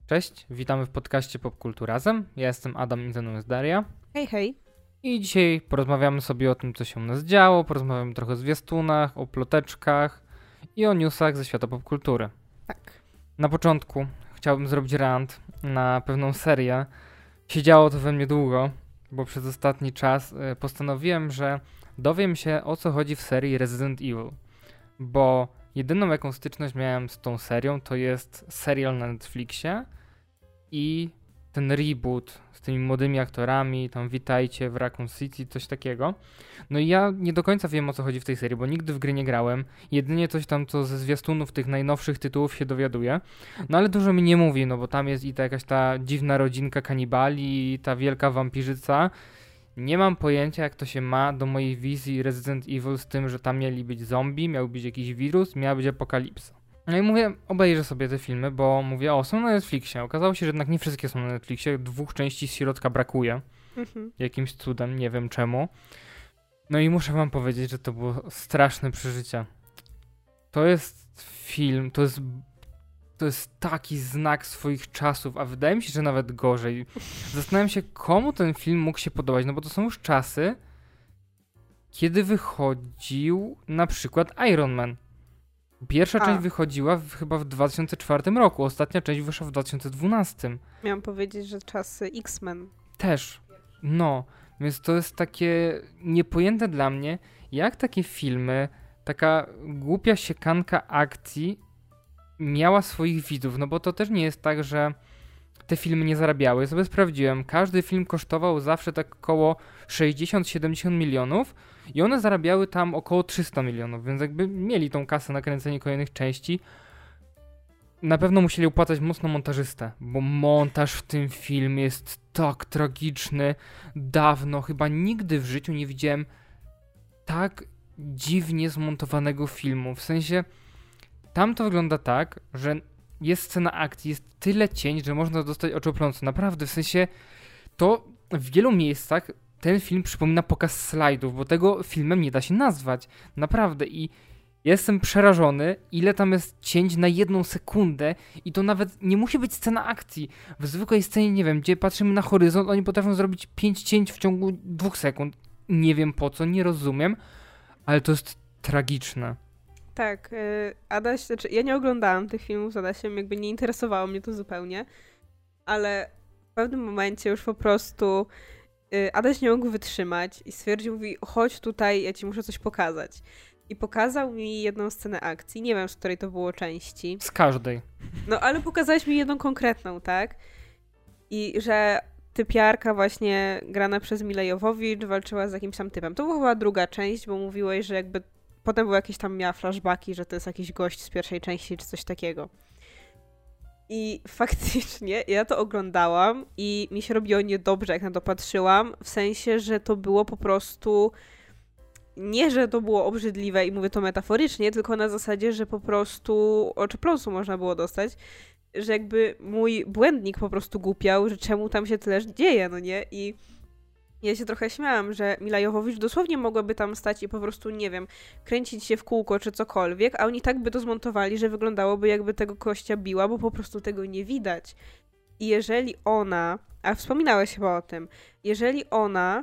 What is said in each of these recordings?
Cześć, witamy w podcaście Popkulturazem. Ja jestem Adam i ze mną jest Daria. Hej, hej. I dzisiaj porozmawiamy sobie o tym, co się u nas działo, porozmawiamy trochę o zwiastunach, o ploteczkach i o newsach ze świata popkultury. Tak. Na początku chciałbym zrobić rant na pewną serię. Siedziało to we mnie długo, bo przez ostatni czas postanowiłem, że dowiem się, o co chodzi w serii Resident Evil. Bo jedyną jaką styczność miałem z tą serią to jest serial na Netflixie i ten reboot z tymi młodymi aktorami, tam witajcie w Raccoon City, coś takiego. No i ja nie do końca wiem, o co chodzi w tej serii, bo nigdy w gry nie grałem. Jedynie coś tam, co ze zwiastunów tych najnowszych tytułów się dowiaduję. No ale dużo mi nie mówi, no bo tam jest i ta jakaś ta dziwna rodzinka kanibali, i ta wielka wampirzyca. Nie mam pojęcia, jak to się ma do mojej wizji Resident Evil z tym, że tam mieli być zombie, miał być jakiś wirus, miała być apokalipsa. No i mówię, obejrzę sobie te filmy, bo mówię, o, są na Netflixie. Okazało się, że jednak nie wszystkie są na Netflixie. 2 części z środka brakuje. Jakimś cudem, nie wiem czemu. No i muszę wam powiedzieć, że to było straszne przeżycie. To jest film, to jest taki znak swoich czasów, a wydaje mi się, że nawet gorzej. Zastanawiam się, komu ten film mógł się podobać, no bo to są już czasy, kiedy wychodził na przykład Iron Man. Pierwsza część wychodziła chyba w 2004 roku, ostatnia część wyszła w 2012. Miałam powiedzieć, że czasy X-Men. Też. No, więc to jest takie niepojęte dla mnie, jak takie filmy, taka głupia siekanka akcji miała swoich widzów, no bo to też nie jest tak, że te filmy nie zarabiały. Ja sobie sprawdziłem, każdy film kosztował zawsze tak około 60-70 milionów i one zarabiały tam około 300 milionów, więc jakby mieli tą kasę na kręcenie kolejnych części. Na pewno musieli opłacać mocno montażystę, bo montaż w tym filmie jest tak tragiczny. Dawno, chyba nigdy w życiu nie widziałem tak dziwnie zmontowanego filmu. W sensie, tam to wygląda tak, że jest scena akcji, jest tyle cięć, że można dostać oczopląsu. Naprawdę, w sensie, to w wielu miejscach ten film przypomina pokaz slajdów, bo tego filmem nie da się nazwać. Naprawdę. I jestem przerażony, ile tam jest cięć na 1 sekundę i to nawet nie musi być scena akcji. W zwykłej scenie, nie wiem, gdzie patrzymy na horyzont, oni potrafią zrobić 5 cięć w ciągu 2 sekund. Nie wiem po co, nie rozumiem, ale to jest tragiczne. Tak, Adaś, znaczy ja nie oglądałam tych filmów z Adasiem, jakby nie interesowało mnie to zupełnie, ale w pewnym momencie już po prostu Adaś nie mógł wytrzymać i stwierdził, mówi, chodź tutaj, ja ci muszę coś pokazać. I pokazał mi jedną scenę akcji, nie wiem z której to było części. Z każdej. No ale pokazałeś mi jedną konkretną, tak? I że typiarka właśnie grana przez Milę Jovovich walczyła z jakimś tam typem. To była chyba druga część, bo mówiłeś, że jakby potem były jakieś tam miała flashbacki, że to jest jakiś gość z pierwszej części czy coś takiego. I faktycznie ja to oglądałam i mi się robiło niedobrze, jak na to patrzyłam, w sensie, że to było po prostu nie, że to było obrzydliwe i mówię to metaforycznie, tylko na zasadzie, że po prostu oczopląsu można było dostać, że jakby mój błędnik po prostu głupiał, że czemu tam się tyle dzieje, no nie? I ja się trochę śmiałam, że Mila Jovovich dosłownie mogłaby tam stać i po prostu, nie wiem, kręcić się w kółko czy cokolwiek, a oni tak by to zmontowali, że wyglądałoby jakby tego kościa biła, bo po prostu tego nie widać. I jeżeli ona, a wspominałeś chyba o tym, jeżeli ona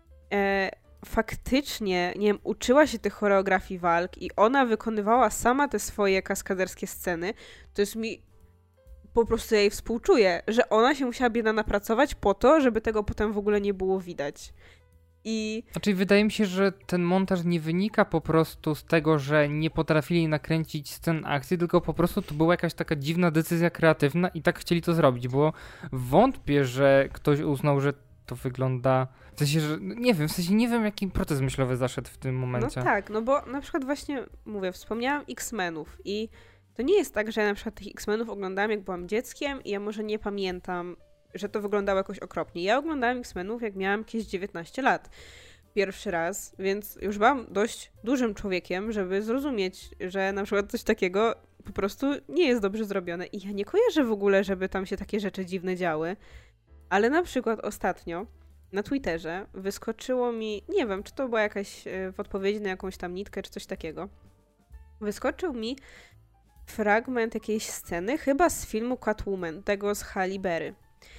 faktycznie, nie wiem, uczyła się tych choreografii walk i ona wykonywała sama te swoje kaskaderskie sceny, to jest mi po prostu ja jej współczuję, że ona się musiała biedna napracować po to, żeby tego potem w ogóle nie było widać. Znaczy wydaje mi się, że ten montaż nie wynika po prostu z tego, że nie potrafili nakręcić scen akcji, tylko po prostu to była jakaś taka dziwna decyzja kreatywna i tak chcieli to zrobić, bo wątpię, że ktoś uznał, że to wygląda... W sensie, że nie wiem jaki proces myślowy zaszedł w tym momencie. No tak, no bo na przykład właśnie, mówię, wspomniałam X-Menów i to nie jest tak, że ja na przykład tych X-Menów oglądałam jak byłam dzieckiem i ja może nie pamiętam, że to wyglądało jakoś okropnie. Ja oglądałam X-Menów jak miałam jakieś 19 lat. Pierwszy raz, więc już byłam dość dużym człowiekiem, żeby zrozumieć, że na przykład coś takiego po prostu nie jest dobrze zrobione. I ja nie kojarzę w ogóle, żeby tam się takie rzeczy dziwne działy. Ale na przykład ostatnio na Twitterze wyskoczyło mi, nie wiem, czy to była jakaś w odpowiedzi na jakąś tam nitkę, czy coś takiego. Wyskoczył mi fragment jakiejś sceny, chyba z filmu Catwoman, tego z Halle Berry.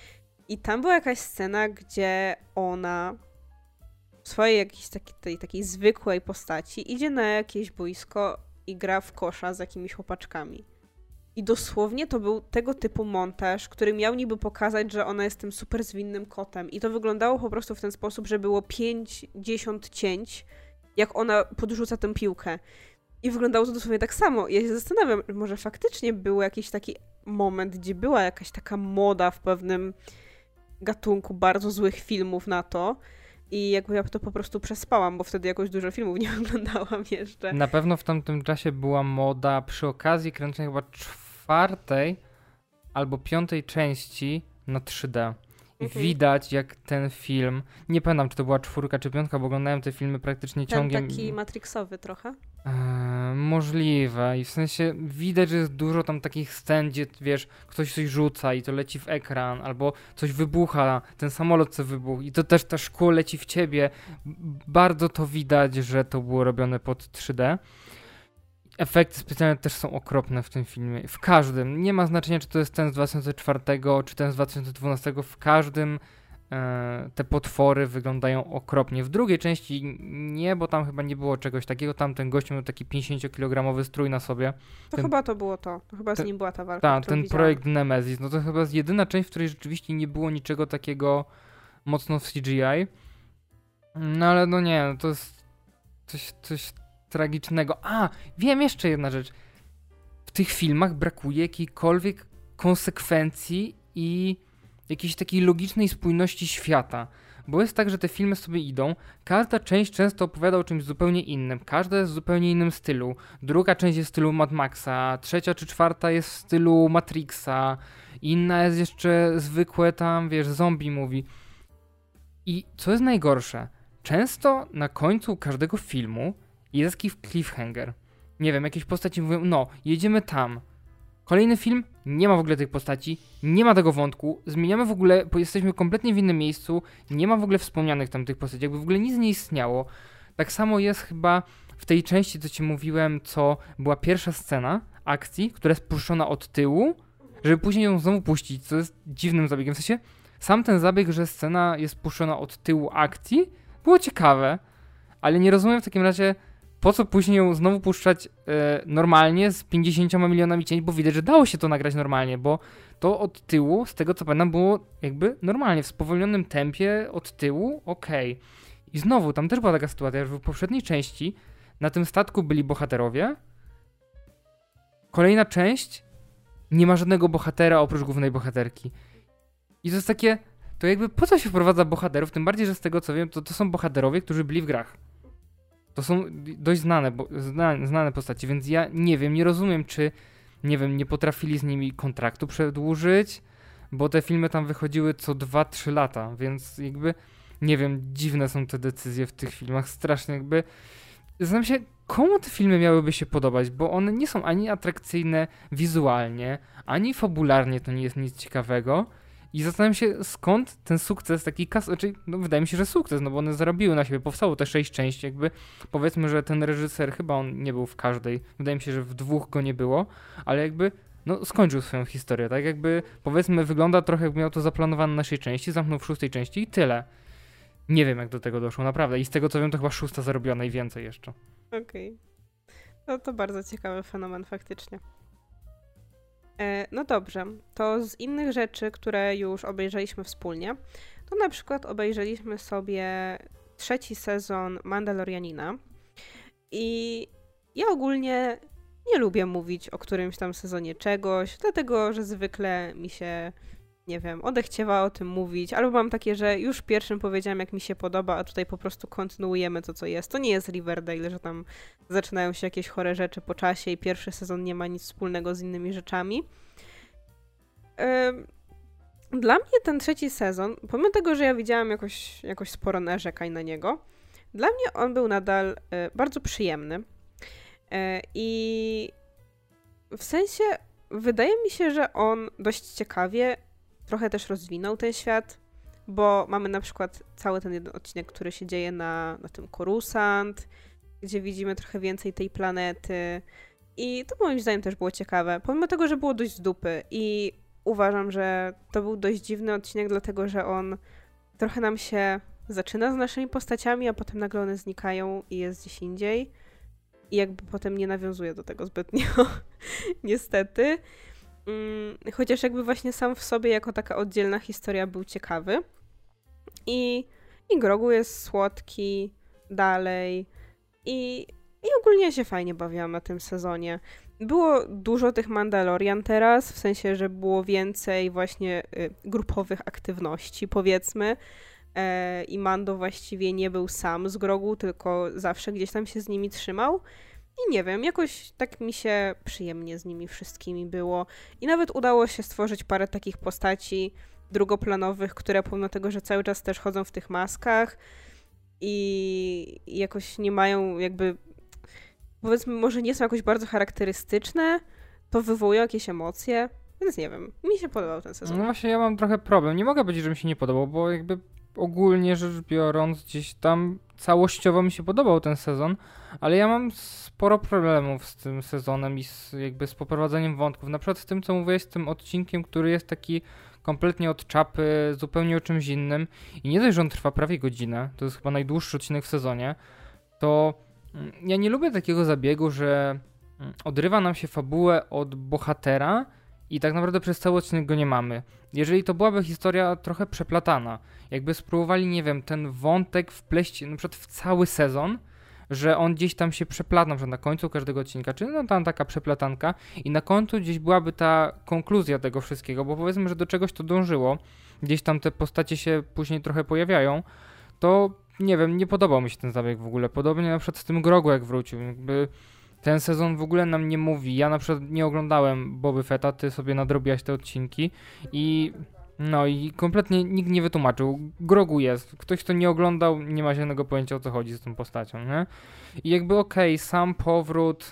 I tam była jakaś scena, gdzie ona w swojej jakiejś takiej zwykłej postaci idzie na jakieś boisko i gra w kosza z jakimiś chłopaczkami. I dosłownie to był tego typu montaż, który miał niby pokazać, że ona jest tym super zwinnym kotem. I to wyglądało po prostu w ten sposób, że było 50 cięć, jak ona podrzuca tę piłkę. I wyglądało to dosłownie tak samo. Ja się zastanawiam, może faktycznie był jakiś taki moment, gdzie była jakaś taka moda w pewnym gatunku bardzo złych filmów na to. I jakby ja to po prostu przespałam, bo wtedy jakoś dużo filmów nie oglądałam jeszcze. Na pewno w tamtym czasie była moda przy okazji kręcenia chyba 4. albo 5. części na 3D. I widać jak ten film, nie pamiętam czy to była 4 czy 5, bo oglądałem te filmy praktycznie ciągiem. Ten taki matrixowy trochę? Możliwe i w sensie widać, że jest dużo tam takich scen, gdzie wiesz, ktoś coś rzuca i to leci w ekran, albo coś wybucha, ten samolot co wybuchł i to też ta szkło leci w ciebie. Bardzo to widać, że to było robione pod 3D. Efekty specjalne też są okropne w tym filmie. W każdym. Nie ma znaczenia, czy to jest ten z 2004, czy ten z 2012. W każdym te potwory wyglądają okropnie. W drugiej części nie, bo tam chyba nie było czegoś takiego. Tam ten gość miał taki 50-kilogramowy strój na sobie. Chyba to było to. Chyba z nim była ta walka, Tak, ten projekt Nemesis. No to chyba jest jedyna część, w której rzeczywiście nie było niczego takiego mocno w CGI. No ale no nie, to jest coś tragicznego. Wiem jeszcze jedna rzecz. W tych filmach brakuje jakiejkolwiek konsekwencji i jakiejś takiej logicznej spójności świata. Bo jest tak, że te filmy sobie idą, każda część często opowiada o czymś zupełnie innym, każda jest w zupełnie innym stylu. Druga część jest w stylu Mad Maxa, 3. czy 4. jest w stylu Matrixa, inna jest jeszcze zwykłe tam, wiesz, zombie movie. I co jest najgorsze, często na końcu każdego filmu jest jakiś cliffhanger. Nie wiem, jakieś postaci mówią, no, jedziemy tam. Kolejny film, nie ma w ogóle tej postaci, nie ma tego wątku, zmieniamy w ogóle, bo jesteśmy kompletnie w innym miejscu, nie ma w ogóle wspomnianych tam tych postaci, jakby w ogóle nic nie istniało. Tak samo jest chyba w tej części, co ci mówiłem, co była pierwsza scena akcji, która jest puszczona od tyłu, żeby później ją znowu puścić, co jest dziwnym zabiegiem. W sensie, sam ten zabieg, że scena jest puszczona od tyłu akcji, było ciekawe, ale nie rozumiem w takim razie, po co później ją znowu puszczać normalnie z 50 milionami cięć, bo widać, że dało się to nagrać normalnie, bo to od tyłu, z tego co pamiętam, było jakby normalnie, w spowolnionym tempie od tyłu, okej. I znowu, tam też była taka sytuacja, że w poprzedniej części na tym statku byli bohaterowie, kolejna część, nie ma żadnego bohatera oprócz głównej bohaterki. I to jest takie, to jakby po co się wprowadza bohaterów, tym bardziej, że z tego co wiem, to są bohaterowie, którzy byli w grach. To są dość znane postacie, więc ja nie wiem, nie rozumiem, czy nie potrafili z nimi kontraktu przedłużyć, bo te filmy tam wychodziły co 2-3 lata, więc jakby, nie wiem, dziwne są te decyzje w tych filmach, strasznie jakby. Zastanawiam się, komu te filmy miałyby się podobać, bo one nie są ani atrakcyjne wizualnie, ani fabularnie to nie jest nic ciekawego. I zastanawiam się, skąd ten sukces taki no wydaje mi się, że sukces, no bo one zarobiły na siebie, powstało te 6 części, jakby powiedzmy, że ten reżyser, chyba on nie był w każdej, wydaje mi się, że w 2 go nie było, ale jakby, no skończył swoją historię, tak jakby, powiedzmy, wygląda trochę jakby miał to zaplanowane na 6 części, zamknął w 6 części i tyle. Nie wiem, jak do tego doszło, naprawdę, i z tego co wiem, to chyba 6 zarobiona i więcej jeszcze. Okej. No to bardzo ciekawy fenomen faktycznie. No dobrze, to z innych rzeczy, które już obejrzeliśmy wspólnie, to na przykład obejrzeliśmy sobie 3. sezon Mandalorianina i ja ogólnie nie lubię mówić o którymś tam sezonie czegoś, dlatego, że zwykle mi się, nie wiem, odechciewa o tym mówić, albo mam takie, że już pierwszym powiedziałam, jak mi się podoba, a tutaj po prostu kontynuujemy to, co jest. To nie jest Riverdale, że tam zaczynają się jakieś chore rzeczy po czasie i pierwszy sezon nie ma nic wspólnego z innymi rzeczami. Dla mnie ten 3. sezon, pomimo tego, że ja widziałam jakoś sporo narzekań na niego, dla mnie on był nadal bardzo przyjemny. I w sensie wydaje mi się, że on dość ciekawie trochę też rozwinął ten świat, bo mamy na przykład cały ten jeden odcinek, który się dzieje na tym Coruscant, gdzie widzimy trochę więcej tej planety I to moim zdaniem też było ciekawe, pomimo tego, że było dość z dupy i uważam, że to był dość dziwny odcinek, dlatego że on trochę nam się zaczyna z naszymi postaciami, a potem nagle one znikają i jest gdzieś indziej i jakby potem nie nawiązuje do tego zbytnio, niestety. Chociaż jakby właśnie sam w sobie jako taka oddzielna historia był ciekawy. I Grogu jest słodki dalej i ogólnie się fajnie bawiłam na tym sezonie. Było dużo tych Mandalorian teraz, w sensie, że było więcej właśnie grupowych aktywności, powiedzmy. I Mando właściwie nie był sam z Grogu, tylko zawsze gdzieś tam się z nimi trzymał. I nie wiem, jakoś tak mi się przyjemnie z nimi wszystkimi było. I nawet udało się stworzyć parę takich postaci drugoplanowych, które pomimo tego, że cały czas też chodzą w tych maskach i jakoś nie mają jakby, powiedzmy, może nie są jakoś bardzo charakterystyczne, to wywołują jakieś emocje, więc nie wiem, mi się podobał ten sezon. No właśnie ja mam trochę problem, nie mogę powiedzieć, że mi się nie podobał, bo jakby ogólnie rzecz biorąc gdzieś tam całościowo mi się podobał ten sezon, ale ja mam sporo problemów z tym sezonem i jakby z poprowadzeniem wątków, na przykład z tym, co mówiłeś, z tym odcinkiem, który jest taki kompletnie od czapy, zupełnie o czymś innym i nie dość, że on trwa prawie godzinę, to jest chyba najdłuższy odcinek w sezonie, to ja nie lubię takiego zabiegu, że odrywa nam się fabułę od bohatera i tak naprawdę przez cały odcinek go nie mamy. Jeżeli to byłaby historia trochę przeplatana, jakby spróbowali, nie wiem, ten wątek wpleść na przykład w cały sezon, że on gdzieś tam się przeplata, na przykład na końcu każdego odcinka, czy no tam taka przeplatanka i na końcu gdzieś byłaby ta konkluzja tego wszystkiego, bo powiedzmy, że do czegoś to dążyło, gdzieś tam te postacie się później trochę pojawiają, to nie wiem, nie podobał mi się ten zabieg w ogóle. Podobnie na przykład z tym Grogu jak wrócił, jakby ten sezon w ogóle nam nie mówi. Ja na przykład nie oglądałem Boby Fetta, ty sobie nadrobiłaś te odcinki i no i kompletnie nikt nie wytłumaczył. Grogu jest. Ktoś, kto nie oglądał, nie ma żadnego pojęcia, o co chodzi z tą postacią, nie? I jakby sam powrót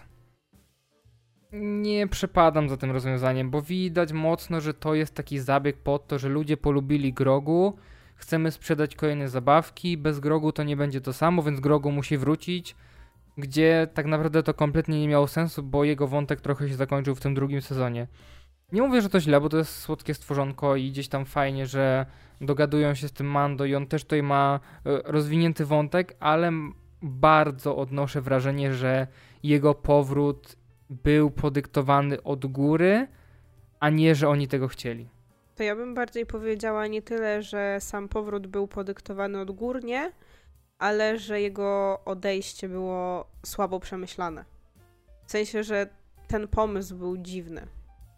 nie przepadam za tym rozwiązaniem, bo widać mocno, że to jest taki zabieg pod to, że ludzie polubili Grogu, chcemy sprzedać kolejne zabawki, bez Grogu to nie będzie to samo, więc Grogu musi wrócić, gdzie tak naprawdę to kompletnie nie miało sensu, bo jego wątek trochę się zakończył w tym drugim sezonie. Nie mówię, że to źle, bo to jest słodkie stworzonko i gdzieś tam fajnie, że dogadują się z tym Mando i on też tutaj ma rozwinięty wątek, ale bardzo odnoszę wrażenie, że jego powrót był podyktowany od góry, a nie, że oni tego chcieli. To ja bym bardziej powiedziała nie tyle, że sam powrót był podyktowany odgórnie, ale że jego odejście było słabo przemyślane. W sensie, że ten pomysł był dziwny.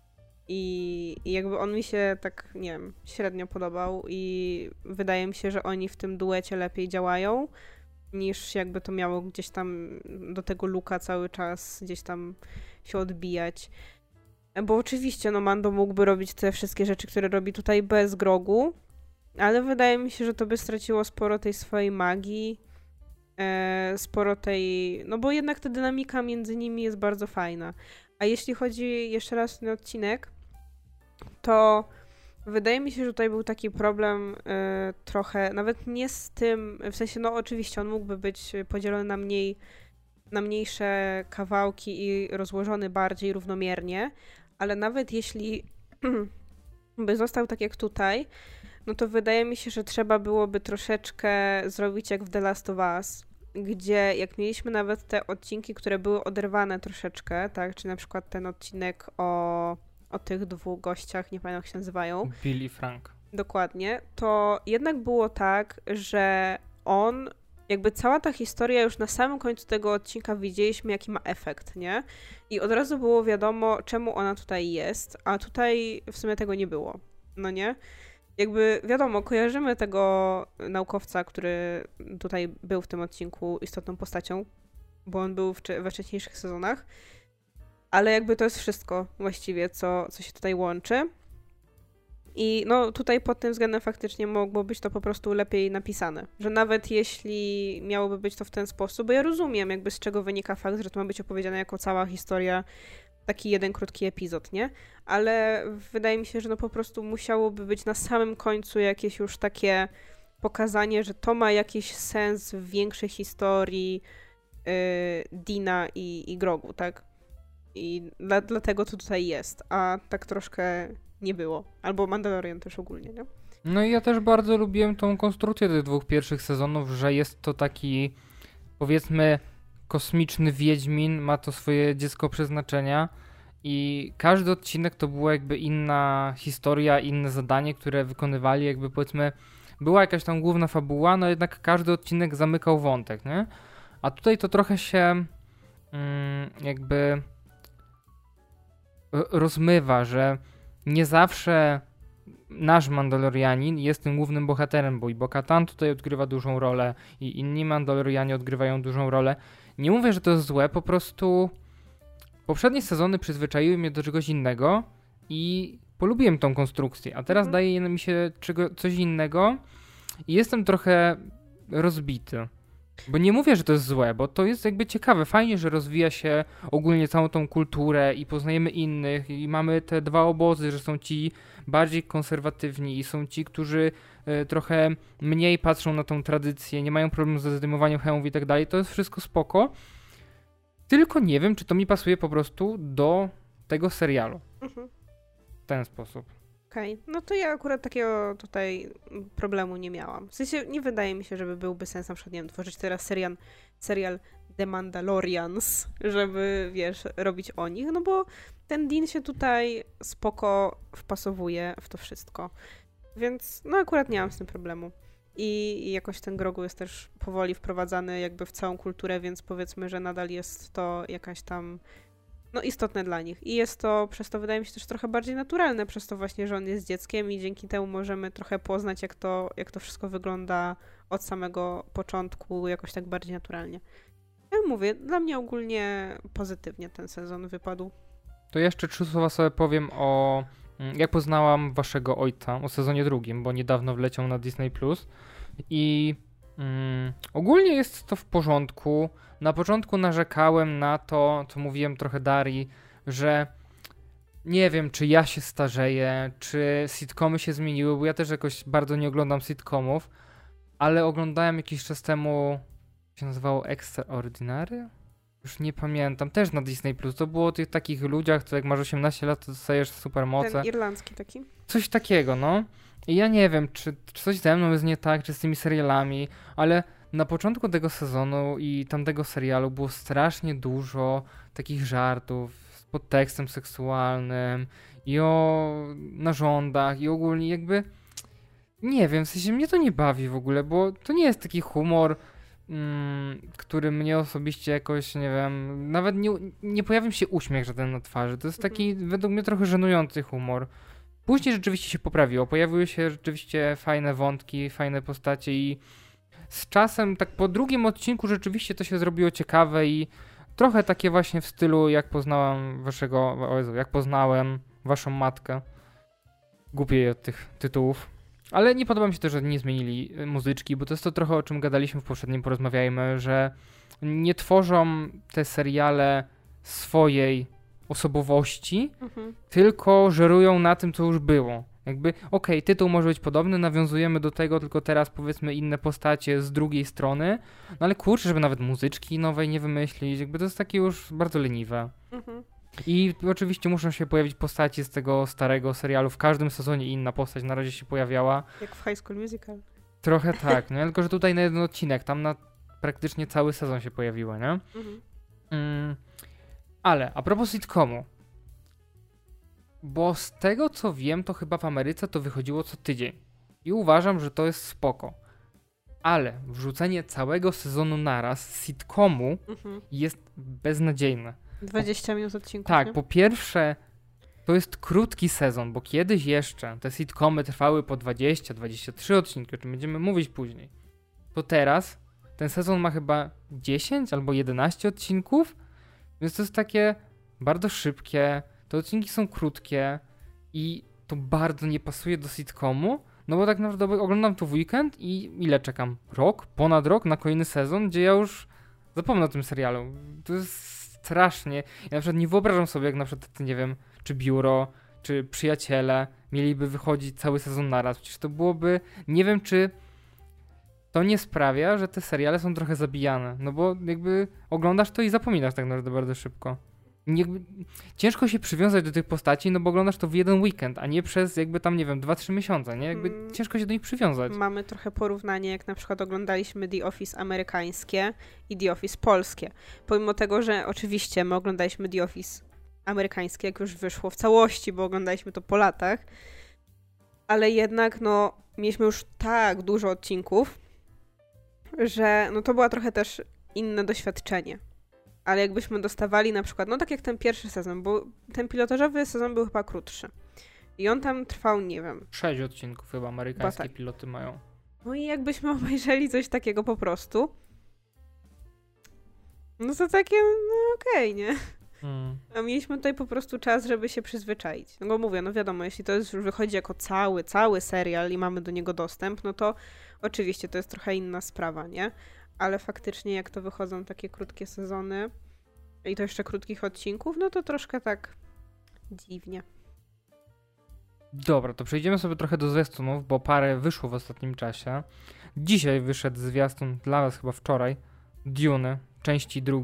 I jakby on mi się tak, nie wiem, średnio podobał i wydaje mi się, że oni w tym duecie lepiej działają, niż jakby to miało gdzieś tam do tego Luka cały czas gdzieś tam się odbijać. Bo oczywiście, no Mando mógłby robić te wszystkie rzeczy, które robi tutaj bez Grogu, ale wydaje mi się, że to by straciło sporo tej swojej magii, sporo tej... No bo jednak ta dynamika między nimi jest bardzo fajna. A jeśli chodzi jeszcze raz o ten odcinek, to wydaje mi się, że tutaj był taki problem trochę, nawet nie z tym, w sensie, no oczywiście on mógłby być podzielony na mniejsze kawałki i rozłożony bardziej równomiernie, ale nawet jeśli by został tak jak tutaj, no to wydaje mi się, że trzeba byłoby troszeczkę zrobić jak w The Last of Us, gdzie jak mieliśmy nawet te odcinki, które były oderwane troszeczkę, tak, czy na przykład ten odcinek o tych dwóch gościach, nie pamiętam jak się nazywają. Bill i Frank. Dokładnie, to jednak było tak, że on, jakby cała ta historia już na samym końcu tego odcinka widzieliśmy, jaki ma efekt, nie? I od razu było wiadomo, czemu ona tutaj jest, a tutaj w sumie tego nie było, no nie? Jakby wiadomo, kojarzymy tego naukowca, który tutaj był w tym odcinku istotną postacią, bo on był we wcześniejszych sezonach, ale jakby to jest wszystko właściwie, co się tutaj łączy. I no tutaj pod tym względem faktycznie mogło być to po prostu lepiej napisane. Że nawet jeśli miałoby być to w ten sposób, bo ja rozumiem jakby z czego wynika fakt, że to ma być opowiedziane jako cała historia, taki jeden krótki epizod, nie? Ale wydaje mi się, że no po prostu musiałoby być na samym końcu jakieś już takie pokazanie, że to ma jakiś sens w większej historii Dina i Grogu, tak? i dlatego to tutaj jest, a tak troszkę nie było. Albo Mandalorian też ogólnie, nie? No i ja też bardzo lubiłem tą konstrukcję tych 2 pierwszych sezonów, że jest to taki, powiedzmy, kosmiczny Wiedźmin, ma to swoje dziecko przeznaczenia i każdy odcinek to była jakby inna historia, inne zadanie, które wykonywali, jakby powiedzmy była jakaś tam główna fabuła, no jednak każdy odcinek zamykał wątek, nie? A tutaj to trochę się jakby rozmywa, że nie zawsze nasz Mandalorianin jest tym głównym bohaterem, bo i Bo-Katan tutaj odgrywa dużą rolę i inni Mandalorianie odgrywają dużą rolę. Nie mówię, że to jest złe, po prostu poprzednie sezony przyzwyczaiły mnie do czegoś innego i polubiłem tą konstrukcję, a teraz daje mi się coś innego i jestem trochę rozbity. Bo nie mówię, że to jest złe, bo to jest jakby ciekawe, fajnie, że rozwija się ogólnie całą tą kulturę i poznajemy innych i mamy te 2 obozy, że są ci bardziej konserwatywni i są ci, którzy trochę mniej patrzą na tą tradycję, nie mają problemu ze zdejmowaniem hełmów i tak dalej, to jest wszystko spoko, tylko nie wiem, czy to mi pasuje po prostu do tego serialu. W ten sposób. Okej, no to ja akurat takiego tutaj problemu nie miałam. W sensie nie wydaje mi się, żeby byłby sens na przykład, nie wiem, tworzyć teraz serial The Mandalorians, żeby, wiesz, robić o nich, no bo ten Din się tutaj spoko wpasowuje w to wszystko. Więc no akurat nie mam z tym problemu. I jakoś ten Grogu jest też powoli wprowadzany jakby w całą kulturę, więc powiedzmy, że nadal jest to jakaś tam no istotne dla nich. I jest to, przez to wydaje mi się też trochę bardziej naturalne, przez to właśnie, że on jest dzieckiem i dzięki temu możemy trochę poznać, jak to wszystko wygląda od samego początku, jakoś tak bardziej naturalnie. Ja mówię, dla mnie ogólnie pozytywnie ten sezon wypadł. To jeszcze 3 słowa sobie powiem o jak poznałam waszego ojca, o sezonie 2, bo niedawno wleciał na Disney+. I ogólnie jest to w porządku. Na początku narzekałem na to, co mówiłem trochę Darii, że nie wiem, czy ja się starzeję, czy sitcomy się zmieniły, bo ja też jakoś bardzo nie oglądam sitcomów, ale oglądałem jakiś czas temu, jak się nazywało, Extraordinary? Już nie pamiętam, też na Disney+. To było o tych takich ludziach, co jak masz 18 lat, to dostajesz supermoce. Ten irlandzki taki? Coś takiego, no. I ja nie wiem, czy coś ze mną jest nie tak, czy z tymi serialami, ale na początku tego sezonu i tamtego serialu było strasznie dużo takich żartów z podtekstem seksualnym i o narządach i ogólnie jakby nie wiem, w sensie mnie to nie bawi w ogóle, bo to nie jest taki humor, który mnie osobiście jakoś, nie wiem, nawet nie pojawił się uśmiech żaden na twarzy. To jest taki według mnie trochę żenujący humor. Później rzeczywiście się poprawiło, pojawiły się rzeczywiście fajne wątki, fajne postacie i z czasem, tak po 2 odcinku rzeczywiście to się zrobiło ciekawe i trochę takie właśnie w stylu jak poznałem jak poznałem waszą matkę. Głupiej od tych tytułów. Ale nie podoba mi się to, że nie zmienili muzyczki, bo to jest to trochę o czym gadaliśmy w poprzednim porozmawiajmy, że nie tworzą te seriale swojej osobowości, tylko żerują na tym, co już było. Jakby, okej, tytuł może być podobny, nawiązujemy do tego, tylko teraz powiedzmy inne postacie z drugiej strony, no ale kurczę, żeby nawet muzyczki nowej nie wymyślić, jakby to jest takie już bardzo leniwe. I oczywiście muszą się pojawić postaci z tego starego serialu, w każdym sezonie inna postać na razie się pojawiała. Jak w High School Musical. Trochę tak, nie? Tylko że tutaj na jeden odcinek, tam na praktycznie cały sezon się pojawiło, nie? Ale a propos sitcomu, bo z tego co wiem, to chyba w Ameryce to wychodziło co tydzień. I uważam, że to jest spoko. Ale wrzucenie całego sezonu naraz sitcomu jest beznadziejne. 20 minut odcinku. Tak, nie? po pierwsze, to jest krótki sezon, bo kiedyś jeszcze te sitcomy trwały po 20-23 odcinki, o czym będziemy mówić później. To teraz ten sezon ma chyba 10 albo 11 odcinków, więc to jest takie bardzo szybkie. Te odcinki są krótkie i to bardzo nie pasuje do sitcomu, no bo tak naprawdę oglądam to w weekend i ile czekam? Ponad rok na kolejny sezon, gdzie ja już zapomnę o tym serialu. To jest strasznie. Ja na przykład nie wyobrażam sobie, jak na przykład, nie wiem, czy Biuro, czy Przyjaciele mieliby wychodzić cały sezon naraz. Przecież to byłoby, nie wiem, czy to nie sprawia, że te seriale są trochę zabijane, no bo jakby oglądasz to i zapominasz tak naprawdę bardzo szybko. ciężko się przywiązać do tych postaci, no bo oglądasz to w jeden weekend, a nie przez jakby tam, nie wiem, 2-3 miesiące, nie? Jakby ciężko się do nich przywiązać. Mamy trochę porównanie, jak na przykład oglądaliśmy The Office amerykańskie i The Office polskie. Pomimo tego, że oczywiście my oglądaliśmy The Office amerykańskie, jak już wyszło w całości, bo oglądaliśmy to po latach, ale jednak, no, mieliśmy już tak dużo odcinków, że no to była trochę też inne doświadczenie. Ale jakbyśmy dostawali na przykład, no tak jak ten pierwszy sezon, bo ten pilotażowy sezon był chyba krótszy. I on tam trwał, nie wiem. 6 odcinków chyba amerykańskie piloty mają. No i jakbyśmy obejrzeli coś takiego po prostu, no to takie, no okej, nie? A mieliśmy tutaj po prostu czas, żeby się przyzwyczaić. No bo mówię, no wiadomo, jeśli to już wychodzi jako cały serial i mamy do niego dostęp, no to oczywiście to jest trochę inna sprawa, nie? Ale faktycznie jak to wychodzą takie krótkie sezony i to jeszcze krótkich odcinków, no to troszkę tak dziwnie. Dobra, to przejdziemy sobie trochę do zwiastunów, bo parę wyszło w ostatnim czasie. Dzisiaj wyszedł zwiastun, dla was chyba wczoraj, Dune, części 2.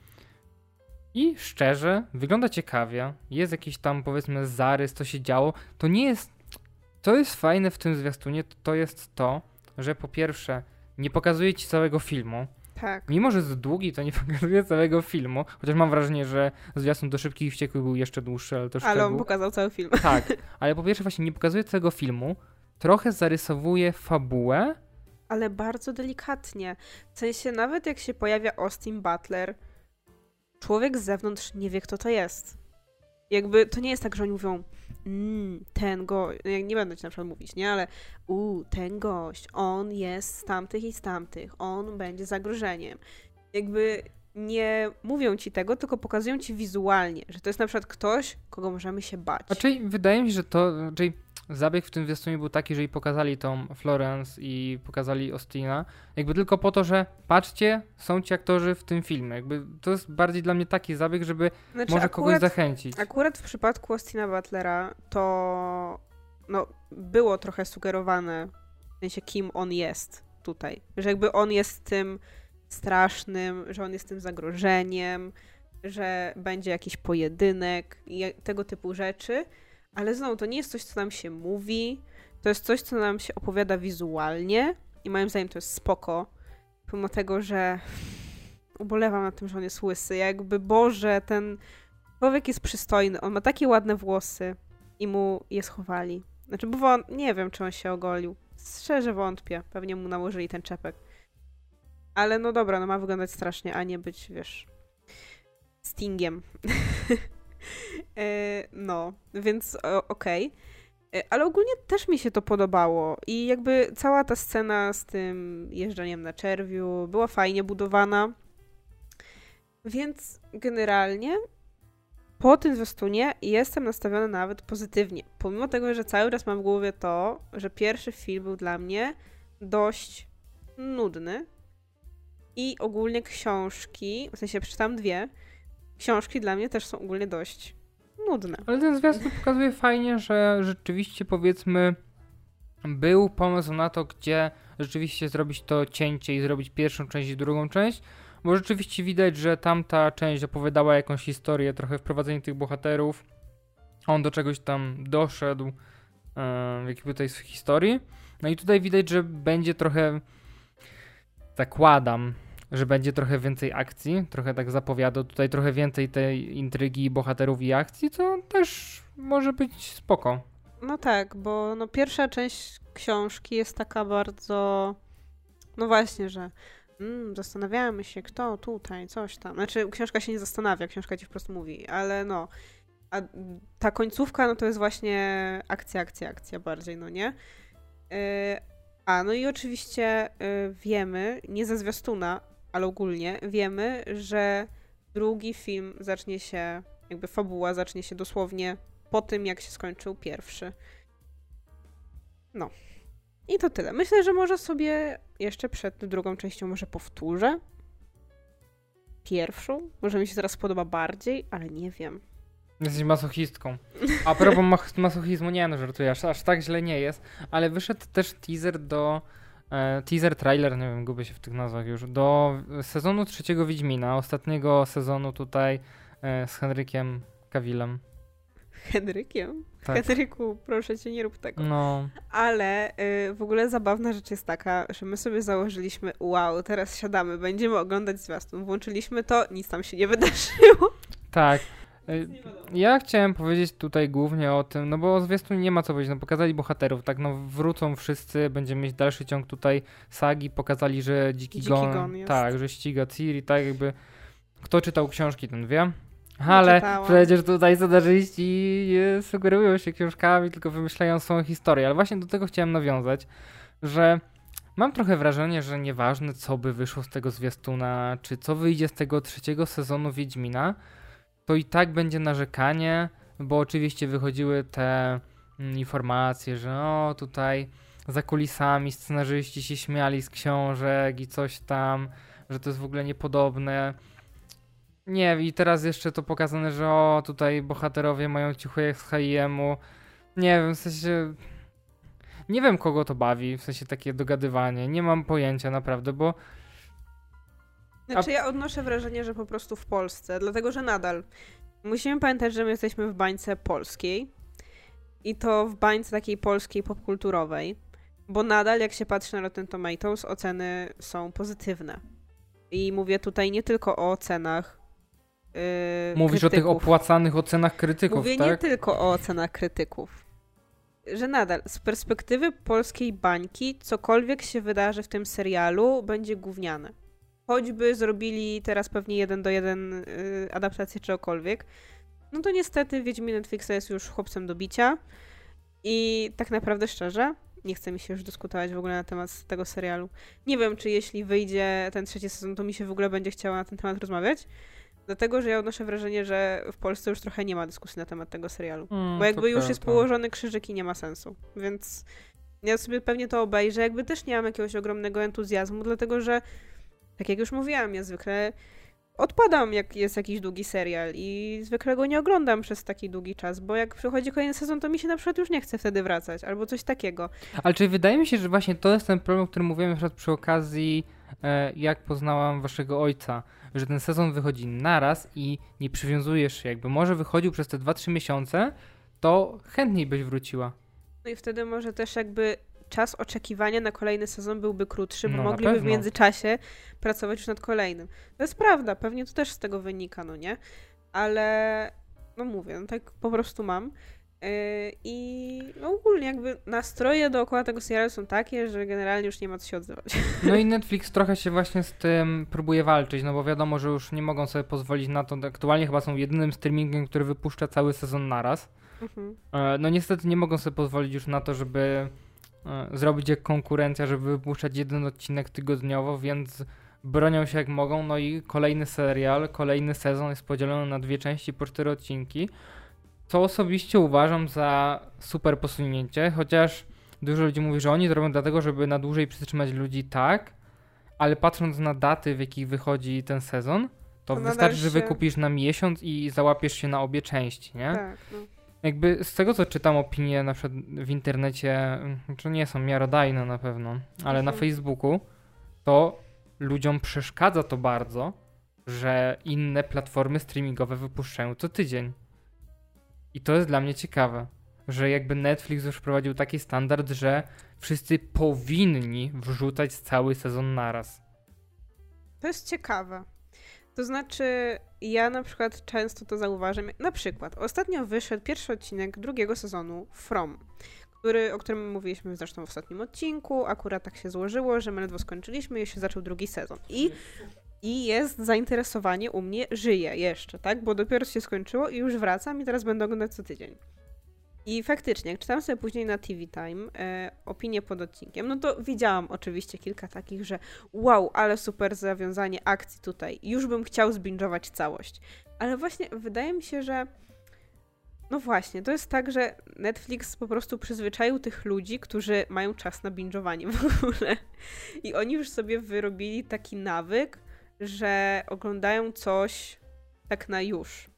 I szczerze, wygląda ciekawie. Jest jakiś tam, powiedzmy, zarys, co się działo. To nie jest... Co jest fajne w tym zwiastunie, to jest to, że po pierwsze nie pokazuje ci całego filmu. Tak. Mimo, że jest długi, to nie pokazuje całego filmu. Chociaż mam wrażenie, że zwiastun do Szybkich i Wściekłych był jeszcze dłuższy, ale to Ale on pokazał cały film. Tak, ale po pierwsze właśnie nie pokazuje całego filmu. Trochę zarysowuje fabułę. Ale bardzo delikatnie. W sensie nawet jak się pojawia Austin Butler, człowiek z zewnątrz nie wie, kto to jest. Jakby to nie jest tak, że oni mówią ten gość, nie będę ci na przykład mówić, nie, ale ten gość, on jest z tamtych i z tamtych, on będzie zagrożeniem. Jakby nie mówią ci tego, tylko pokazują ci wizualnie, że to jest na przykład ktoś, kogo możemy się bać. Znaczy, wydaje mi się, że to, zabieg w tym zwiastunie był taki, że i pokazali tą Florence i pokazali Austina, jakby tylko po to, że patrzcie, są ci aktorzy w tym filmie. Jakby to jest bardziej dla mnie taki zabieg, żeby może kogoś zachęcić. Akurat w przypadku Austina Butlera to było trochę sugerowane, w sensie kim on jest tutaj. Że jakby on jest tym strasznym, że on jest tym zagrożeniem, że będzie jakiś pojedynek i tego typu rzeczy. Ale znowu, to nie jest coś, co nam się mówi, to jest coś, co nam się opowiada wizualnie i moim zdaniem to jest spoko, pomimo tego, że ubolewam nad tym, że on jest łysy. Jakby, Boże, ten człowiek jest przystojny, on ma takie ładne włosy i mu je schowali. Znaczy, bo nie wiem, czy on się ogolił. Szczerze wątpię, pewnie mu nałożyli ten czepek. Ale no dobra, no ma wyglądać strasznie, a nie być, wiesz, Stingiem. No, więc okej. Ale ogólnie też mi się to podobało i jakby cała ta scena z tym jeżdżeniem na czerwiu była fajnie budowana, więc generalnie po tym zwiastunie jestem nastawiona nawet pozytywnie, pomimo tego, że cały czas mam w głowie to, że pierwszy film był dla mnie dość nudny i ogólnie książki, w sensie przeczytam 2, książki dla mnie też są ogólnie dość nudne. Ale ten zwiastun pokazuje fajnie, że rzeczywiście, powiedzmy, był pomysł na to, gdzie rzeczywiście zrobić to cięcie i zrobić pierwszą część i drugą część, bo rzeczywiście widać, że tamta część opowiadała jakąś historię, trochę wprowadzenie tych bohaterów, on do czegoś tam doszedł w jakiejś tej historii. No i tutaj widać, że będzie trochę, zakładam, że będzie trochę więcej akcji, trochę tak zapowiada, tutaj trochę więcej tej intrygi bohaterów i akcji, co też może być spoko. No tak, bo no pierwsza część książki jest taka bardzo, no właśnie, że zastanawiamy się, kto tutaj, coś tam. Znaczy, książka się nie zastanawia, książka ci po prostu mówi, ale no, a ta końcówka, no to jest właśnie akcja bardziej, no nie? No i oczywiście wiemy, nie ze zwiastuna, ale ogólnie wiemy, że drugi film zacznie się, jakby fabuła zacznie się dosłownie po tym, jak się skończył pierwszy. No. I to tyle. Myślę, że może sobie jeszcze przed drugą częścią może powtórzę pierwszą. Może mi się teraz podoba bardziej, ale nie wiem. Jesteś masochistką. A propos masochizmu, nie no, żartuję, aż tak źle nie jest, ale wyszedł też teaser, trailer, nie wiem, gubię się w tych nazwach już, do sezonu 3 Wiedźmina, ostatniego sezonu tutaj z Henrykiem Cavillem. Henrykiem? Tak. Henryku, proszę cię, nie rób tego. No, Ale w ogóle zabawna rzecz jest taka, że my sobie założyliśmy, wow, teraz siadamy, będziemy oglądać zwiastun. Włączyliśmy to, nic tam się nie wydarzyło. tak. Ja chciałem powiedzieć tutaj głównie o tym, no bo o zwiastunie nie ma co powiedzieć, no pokazali bohaterów, tak, no wrócą wszyscy, będziemy mieć dalszy ciąg tutaj sagi, pokazali, że Dziki Gon jest. tak, że ściga Ciri, tak jakby, kto czytał książki, ten wie, ale czytałam. przecież tutaj scenarzyści nie sugerują się książkami, tylko wymyślają swoją historię, ale właśnie do tego chciałem nawiązać, że mam trochę wrażenie, że nieważne co by wyszło z tego zwiastuna, czy co wyjdzie z tego 3. sezonu Wiedźmina, to i tak będzie narzekanie, bo oczywiście wychodziły te informacje, że o tutaj za kulisami scenarzyści się śmiali z książek i coś tam, że to jest w ogóle niepodobne. Nie, i teraz jeszcze to pokazane, że o tutaj bohaterowie mają ciuchy jak z H&M-u. Nie wiem, w sensie... Nie wiem kogo to bawi, w sensie takie dogadywanie. Nie mam pojęcia naprawdę, bo... Znaczy ja odnoszę wrażenie, że po prostu w Polsce, dlatego że nadal musimy pamiętać, że my jesteśmy w bańce polskiej i to w bańce takiej polskiej popkulturowej, bo nadal jak się patrzy na Rotten Tomatoes, oceny są pozytywne. I mówię tutaj nie tylko o ocenach Mówisz krytyków. o tych opłacanych ocenach krytyków, Mówię tak? nie tylko o ocenach krytyków. Że nadal, z perspektywy polskiej bańki, cokolwiek się wydarzy w tym serialu, będzie gówniane. Choćby zrobili teraz pewnie 1:1 adaptację czegokolwiek, no to niestety Wiedźmin Netflixa jest już chłopcem do bicia i tak naprawdę szczerze, nie chce mi się już dyskutować w ogóle na temat tego serialu. Nie wiem, czy jeśli wyjdzie ten 3. sezon, to mi się w ogóle będzie chciało na ten temat rozmawiać, dlatego, że ja odnoszę wrażenie, że w Polsce już trochę nie ma dyskusji na temat tego serialu, bo jakby już jest położony krzyżyk i nie ma sensu, więc ja sobie pewnie to obejrzę, jakby też nie mam jakiegoś ogromnego entuzjazmu, dlatego, że tak jak już mówiłam, ja zwykle odpadam, jak jest jakiś długi serial i zwykle go nie oglądam przez taki długi czas, bo jak przychodzi kolejny sezon, to mi się na przykład już nie chce wtedy wracać, albo coś takiego. Ale czy wydaje mi się, że właśnie to jest ten problem, o którym mówiłem na przykład przy okazji jak poznałam waszego ojca, że ten sezon wychodzi naraz i nie przywiązujesz się, jakby może wychodził przez te 2-3 miesiące, to chętniej byś wróciła. No i wtedy może też jakby czas oczekiwania na kolejny sezon byłby krótszy, bo No, mogliby w międzyczasie pracować już nad kolejnym. To jest prawda, pewnie to też z tego wynika, no nie? Ale no mówię, no tak po prostu mam. I no ogólnie jakby nastroje dookoła tego serialu są takie, że generalnie już nie ma co się odzywać. No i Netflix trochę się właśnie z tym próbuje walczyć, no bo wiadomo, że już nie mogą sobie pozwolić na to, aktualnie chyba są jedynym streamingiem, który wypuszcza cały sezon naraz. No niestety nie mogą sobie pozwolić już na to, żeby zrobić jak konkurencja, żeby wypuszczać jeden odcinek tygodniowo, więc bronią się jak mogą, no i kolejny serial, kolejny sezon jest podzielony na 2 części po 4 odcinki, co osobiście uważam za super posunięcie, chociaż dużo ludzi mówi, że oni to robią dlatego, żeby na dłużej przytrzymać ludzi, tak, ale patrząc na daty, w jakich wychodzi ten sezon, to wystarczy, że wykupisz na miesiąc i załapiesz się na obie części, nie? Tak, no. Jakby z tego, co czytam opinie na przykład w internecie, to nie są miarodajne na pewno, ale na Facebooku, to ludziom przeszkadza to bardzo, że inne platformy streamingowe wypuszczają co tydzień. I to jest dla mnie ciekawe, że jakby Netflix już wprowadził taki standard, że wszyscy powinni wrzucać cały sezon naraz. To jest ciekawe. To znaczy, ja na przykład często to zauważam. Na przykład, ostatnio wyszedł pierwszy odcinek 2. sezonu From, o którym mówiliśmy zresztą w ostatnim odcinku. Akurat tak się złożyło, że my ledwo skończyliśmy i się zaczął 2. sezon. I jest zainteresowanie u mnie, żyje jeszcze, tak? Bo dopiero się skończyło i już wracam i teraz będę oglądać co tydzień. I faktycznie, jak czytałam sobie później na TV Time opinie pod odcinkiem, no to widziałam oczywiście kilka takich, że wow, ale super zawiązanie akcji tutaj. Już bym chciał zbingować całość. Ale właśnie wydaje mi się, że no właśnie, to jest tak, że Netflix po prostu przyzwyczaił tych ludzi, którzy mają czas na bingowanie w ogóle. I oni już sobie wyrobili taki nawyk, że oglądają coś tak na już.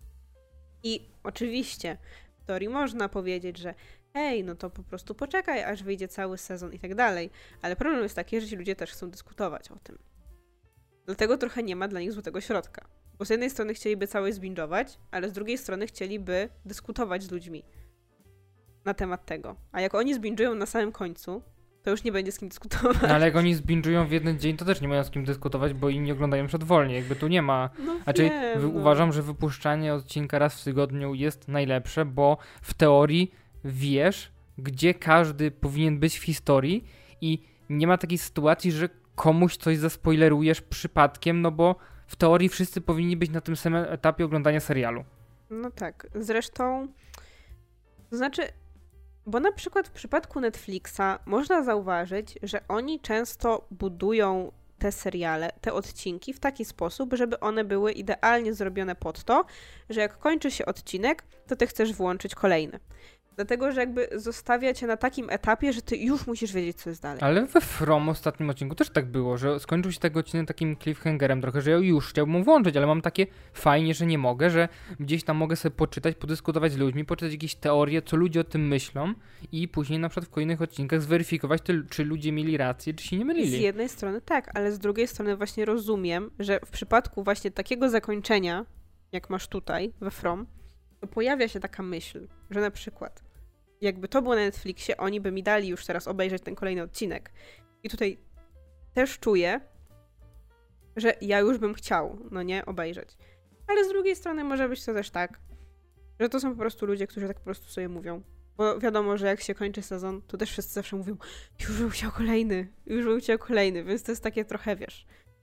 I oczywiście w teorii można powiedzieć, że hej, no to po prostu poczekaj, aż wyjdzie cały sezon i tak dalej. Ale problem jest taki, że ci ludzie też chcą dyskutować o tym. Dlatego trochę nie ma dla nich złotego środka. Bo z jednej strony chcieliby całość zbingować, ale z drugiej strony chcieliby dyskutować z ludźmi na temat tego. A jak oni zbingują na samym końcu, to już nie będzie z kim dyskutować. No, ale jak oni zbingują w jeden dzień, to też nie mają z kim dyskutować, bo inni oglądają przedwolnie. Jakby tu nie ma... Znaczy, uważam, że wypuszczanie odcinka raz w tygodniu jest najlepsze, bo w teorii wiesz, gdzie każdy powinien być w historii i nie ma takiej sytuacji, że komuś coś zaspoilerujesz przypadkiem, no bo w teorii wszyscy powinni być na tym samym etapie oglądania serialu. No tak. Zresztą, to znaczy, bo na przykład w przypadku Netflixa można zauważyć, że oni często budują te seriale, te odcinki w taki sposób, żeby one były idealnie zrobione pod to, że jak kończy się odcinek, to ty chcesz włączyć kolejny. Dlatego, że jakby zostawia cię na takim etapie, że ty już musisz wiedzieć, co jest dalej. Ale we From ostatnim odcinku też tak było, że skończył się tego odcinek takim cliffhangerem trochę, że ja już chciałbym włączyć, ale mam takie fajnie, że nie mogę, że gdzieś tam mogę sobie poczytać, podyskutować z ludźmi, poczytać jakieś teorie, co ludzie o tym myślą i później na przykład w kolejnych odcinkach zweryfikować, czy ludzie mieli rację, czy się nie mylili. Z jednej strony tak, ale z drugiej strony właśnie rozumiem, że w przypadku właśnie takiego zakończenia, jak masz tutaj we From, to pojawia się taka myśl, że na przykład jakby to było na Netflixie, oni by mi dali już teraz obejrzeć ten kolejny odcinek. I tutaj też czuję, że ja już bym chciał, no nie, obejrzeć. Ale z drugiej strony może być to też tak, że to są po prostu ludzie, którzy tak po prostu sobie mówią. Bo wiadomo, że jak się kończy sezon, to też wszyscy zawsze mówią, już bym chciał kolejny, więc to jest takie trochę, wiesz.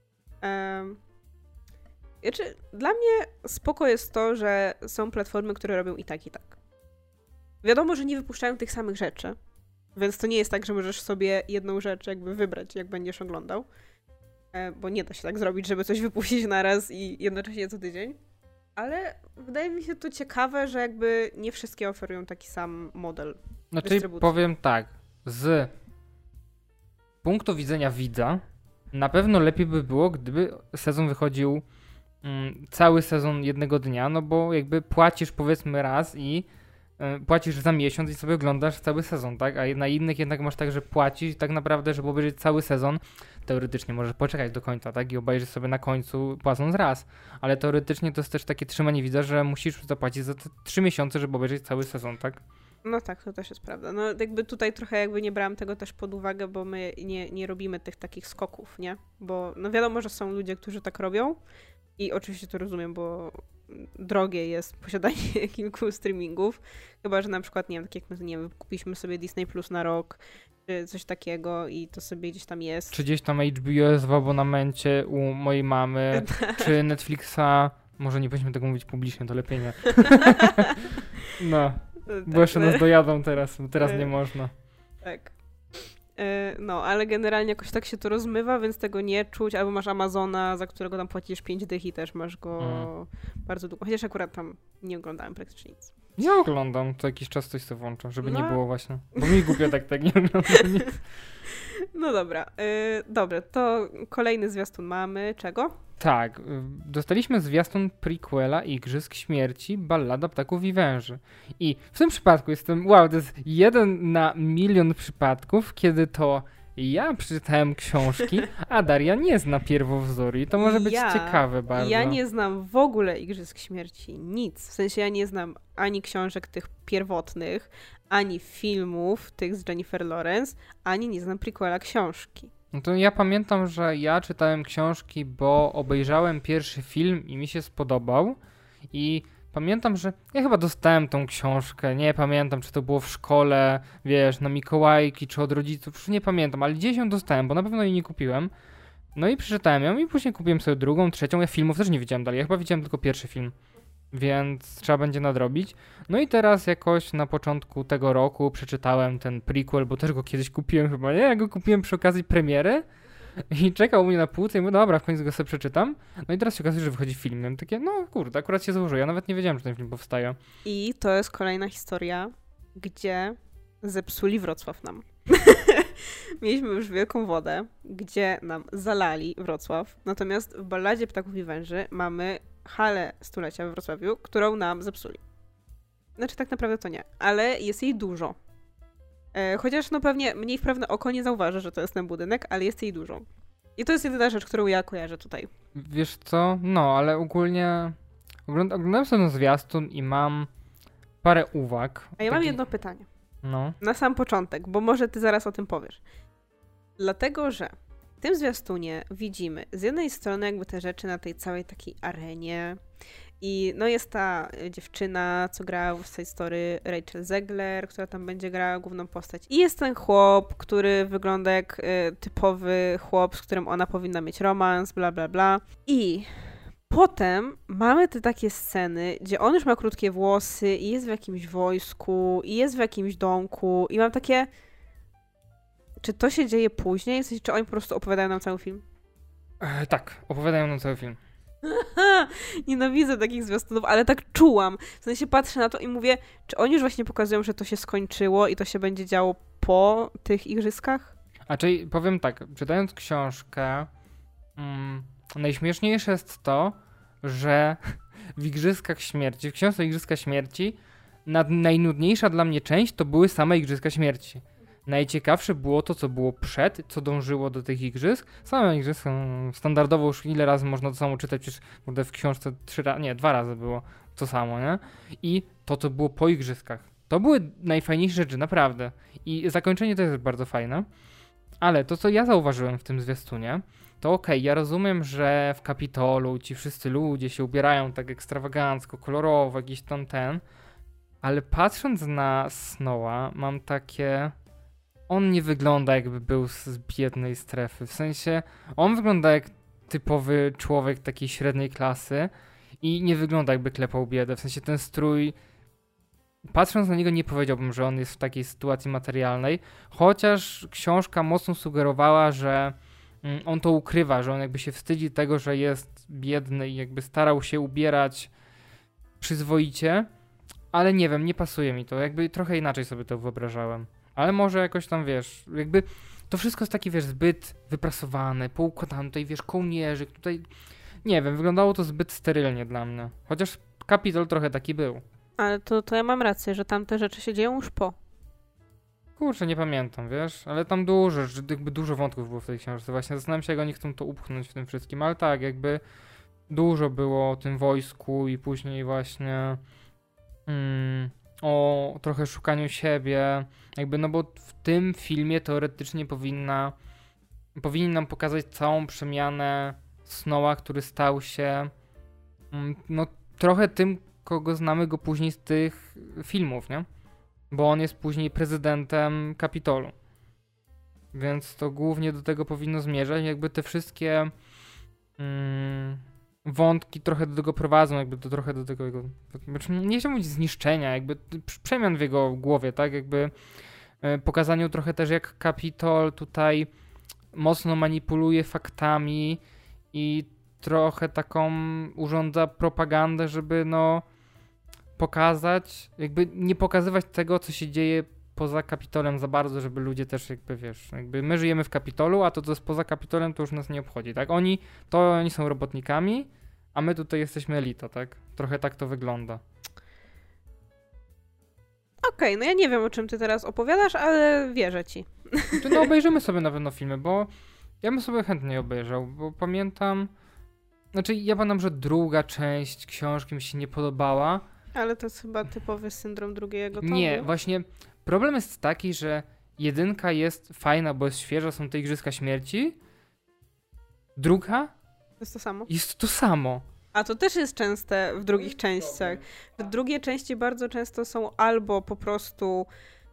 Dla mnie spoko jest to, że są platformy, które robią i tak, i tak. Wiadomo, że nie wypuszczają tych samych rzeczy, więc to nie jest tak, że możesz sobie jedną rzecz jakby wybrać, jak będziesz oglądał, bo nie da się tak zrobić, żeby coś wypuścić naraz i jednocześnie co tydzień. Ale wydaje mi się to ciekawe, że jakby nie wszystkie oferują taki sam model dystrybucji. Powiem tak, z punktu widzenia widza na pewno lepiej by było, gdyby sezon wychodził cały sezon jednego dnia, no bo jakby płacisz powiedzmy raz i płacisz za miesiąc i sobie oglądasz cały sezon, tak? A na innych jednak masz tak, że płacisz i tak naprawdę, żeby obejrzeć cały sezon, teoretycznie możesz poczekać do końca, tak? I obejrzeć sobie na końcu płacąc raz. Ale teoretycznie to jest też takie trzymanie widza, że musisz zapłacić za te 3 miesiące, żeby obejrzeć cały sezon, tak? No tak, to też jest prawda. No jakby tutaj trochę jakby nie brałam tego też pod uwagę, bo my nie robimy tych takich skoków, nie? Bo no wiadomo, że są ludzie, którzy tak robią i oczywiście to rozumiem, bo drogie jest posiadanie kilku streamingów, chyba że na przykład, nie wiem, tak jak my, nie wiem, kupiliśmy sobie Disney Plus na rok, czy coś takiego i to sobie gdzieś tam jest. Czy gdzieś tam HBO jest w abonamencie u mojej mamy, czy Netflixa, może nie powinniśmy tego mówić publicznie, to lepiej nie. No, bo jeszcze nas dojadą teraz nie można. Tak. No, ale generalnie jakoś tak się to rozmywa, więc tego nie czuć, albo masz Amazona, za którego tam płacisz 5 dych i też masz go bardzo długo. Chociaż akurat tam nie oglądałem praktycznie nic. Ja oglądam, co jakiś czas coś sobie włączam, żeby nie było właśnie, bo mi głupio tak nie oglądam nic. No dobra, dobra, to kolejny zwiastun mamy. Czego? Tak, dostaliśmy zwiastun prequela Igrzysk Śmierci, Ballada Ptaków i Węży. I w tym przypadku to jest 1 na 1 000 000 przypadków, kiedy to ja przeczytałem książki, a Daria nie zna pierwowzoru i to może być ciekawe bardzo. Ja nie znam w ogóle Igrzysk Śmierci, nic. W sensie ja nie znam ani książek tych pierwotnych, ani filmów tych z Jennifer Lawrence, ani nie znam prequela książki. No to ja pamiętam, że ja czytałem książki, bo obejrzałem pierwszy film i mi się spodobał i pamiętam, że ja chyba dostałem tą książkę, nie pamiętam, czy to było w szkole, wiesz, na Mikołajki, czy od rodziców, już nie pamiętam, ale gdzieś ją dostałem, bo na pewno jej nie kupiłem. No i przeczytałem ją i później kupiłem sobie drugą, trzecią, ja filmów też nie widziałem dalej, ja chyba widziałem tylko pierwszy film, więc trzeba będzie nadrobić. No i teraz jakoś na początku tego roku przeczytałem ten prequel, bo też go kiedyś kupiłem chyba, nie? Ja go kupiłem przy okazji premiery i czekał u mnie na półce i mówię, dobra, w końcu go sobie przeczytam. No i teraz się okazuje, że wychodzi film. Ja takie, no kurde, akurat się złożyło. Ja nawet nie wiedziałem, że ten film powstaje. I to jest kolejna historia, gdzie zepsuli Wrocław nam. Mieliśmy już wielką wodę, gdzie nam zalali Wrocław. Natomiast w Balladzie Ptaków i Węży mamy halę stulecia we Wrocławiu, którą nam zepsuli. Znaczy tak naprawdę to nie, ale jest jej dużo. Chociaż no pewnie mniej wprawne oko nie zauważy, że to jest ten budynek, ale jest jej dużo. I to jest jedyna rzecz, którą ja kojarzę tutaj. Wiesz co? No, ale ogólnie oglądałem sobie zwiastun i mam parę uwag. A ja mam jedno pytanie. No. Na sam początek, bo może ty zaraz o tym powiesz. Dlatego, że w tym zwiastunie widzimy z jednej strony jakby te rzeczy na tej całej takiej arenie i no jest ta dziewczyna, co gra w tej story, Rachel Zegler, która tam będzie grała główną postać. I jest ten chłop, który wygląda jak typowy chłop, z którym ona powinna mieć romans, bla bla bla. I potem mamy te takie sceny, gdzie on już ma krótkie włosy i jest w jakimś wojsku i jest w jakimś domku i mam takie... Czy to się dzieje później? W sensie, czy oni po prostu opowiadają nam cały film? Tak, opowiadają nam cały film. Nienawidzę takich zwiastunów, ale tak czułam. W sensie patrzę na to i mówię, czy oni już właśnie pokazują, że to się skończyło i to się będzie działo po tych igrzyskach? A czyli powiem tak, czytając książkę, najśmieszniejsze jest to, że w Igrzyskach Śmierci, w książce Igrzyska Śmierci, najnudniejsza dla mnie część to były same Igrzyska Śmierci. Najciekawsze było to, co było przed, co dążyło do tych igrzysk. Same igrzyska, standardowo już ile razy można to samo czytać, przecież w książce 2 razy było to samo, nie? I to, co było po igrzyskach. To były najfajniejsze rzeczy, naprawdę. I zakończenie to jest bardzo fajne. Ale to, co ja zauważyłem w tym zwiastunie, to okej, ja rozumiem, że w Kapitolu ci wszyscy ludzie się ubierają tak ekstrawagancko, kolorowo, jakiś tam ten, ale patrząc na Snowa, mam takie... On nie wygląda jakby był z biednej strefy, w sensie on wygląda jak typowy człowiek takiej średniej klasy i nie wygląda jakby klepał biedę, w sensie ten strój, patrząc na niego nie powiedziałbym, że on jest w takiej sytuacji materialnej, chociaż książka mocno sugerowała, że on to ukrywa, że on jakby się wstydzi tego, że jest biedny i jakby starał się ubierać przyzwoicie, ale nie wiem, nie pasuje mi to, jakby trochę inaczej sobie to wyobrażałem. Ale może jakoś tam, wiesz, jakby to wszystko jest takie, wiesz, zbyt wyprasowane, poukładane, tutaj, wiesz, kołnierzyk, tutaj, nie wiem, wyglądało to zbyt sterylnie dla mnie. Chociaż Kapitol trochę taki był. Ale to ja mam rację, że tamte rzeczy się dzieją już po. Kurczę, nie pamiętam, wiesz, ale tam dużo, jakby dużo wątków było w tej książce. Właśnie zastanawiam się, jak oni chcą to upchnąć w tym wszystkim, ale tak, jakby dużo było o tym wojsku i później właśnie o trochę szukaniu siebie, jakby, no bo w tym filmie teoretycznie powinni nam pokazać całą przemianę Snowa, który stał się no trochę tym, kogo znamy go później z tych filmów, nie? Bo on jest później prezydentem Kapitolu. Więc to głównie do tego powinno zmierzać, jakby te wszystkie wątki trochę do tego prowadzą, jakby trochę do tego jego, nie chciałbym mówić zniszczenia, jakby przemian w jego głowie, tak, jakby pokazaniu trochę też jak Kapitol tutaj mocno manipuluje faktami i trochę taką urządza propagandę, żeby no pokazać, jakby nie pokazywać tego, co się dzieje poza Kapitolem za bardzo, żeby ludzie też jakby, wiesz, jakby my żyjemy w Kapitolu, a to, co jest poza Kapitolem, to już nas nie obchodzi, tak? Oni są robotnikami, a my tutaj jesteśmy elita, tak? Trochę tak to wygląda. Okej, no ja nie wiem, o czym ty teraz opowiadasz, ale wierzę ci. No obejrzymy sobie na pewno filmy, bo ja bym sobie chętnie obejrzał, bo pamiętam, znaczy ja pamiętam, że druga część książki mi się nie podobała. Ale to jest chyba typowy syndrom drugiego tomu. Nie, właśnie problem jest taki, że jedynka jest fajna, bo jest świeża, są te Igrzyska Śmierci. Druga? Jest to samo? Jest to samo. A to też jest częste w drugich częściach. W drugiej części bardzo często są albo po prostu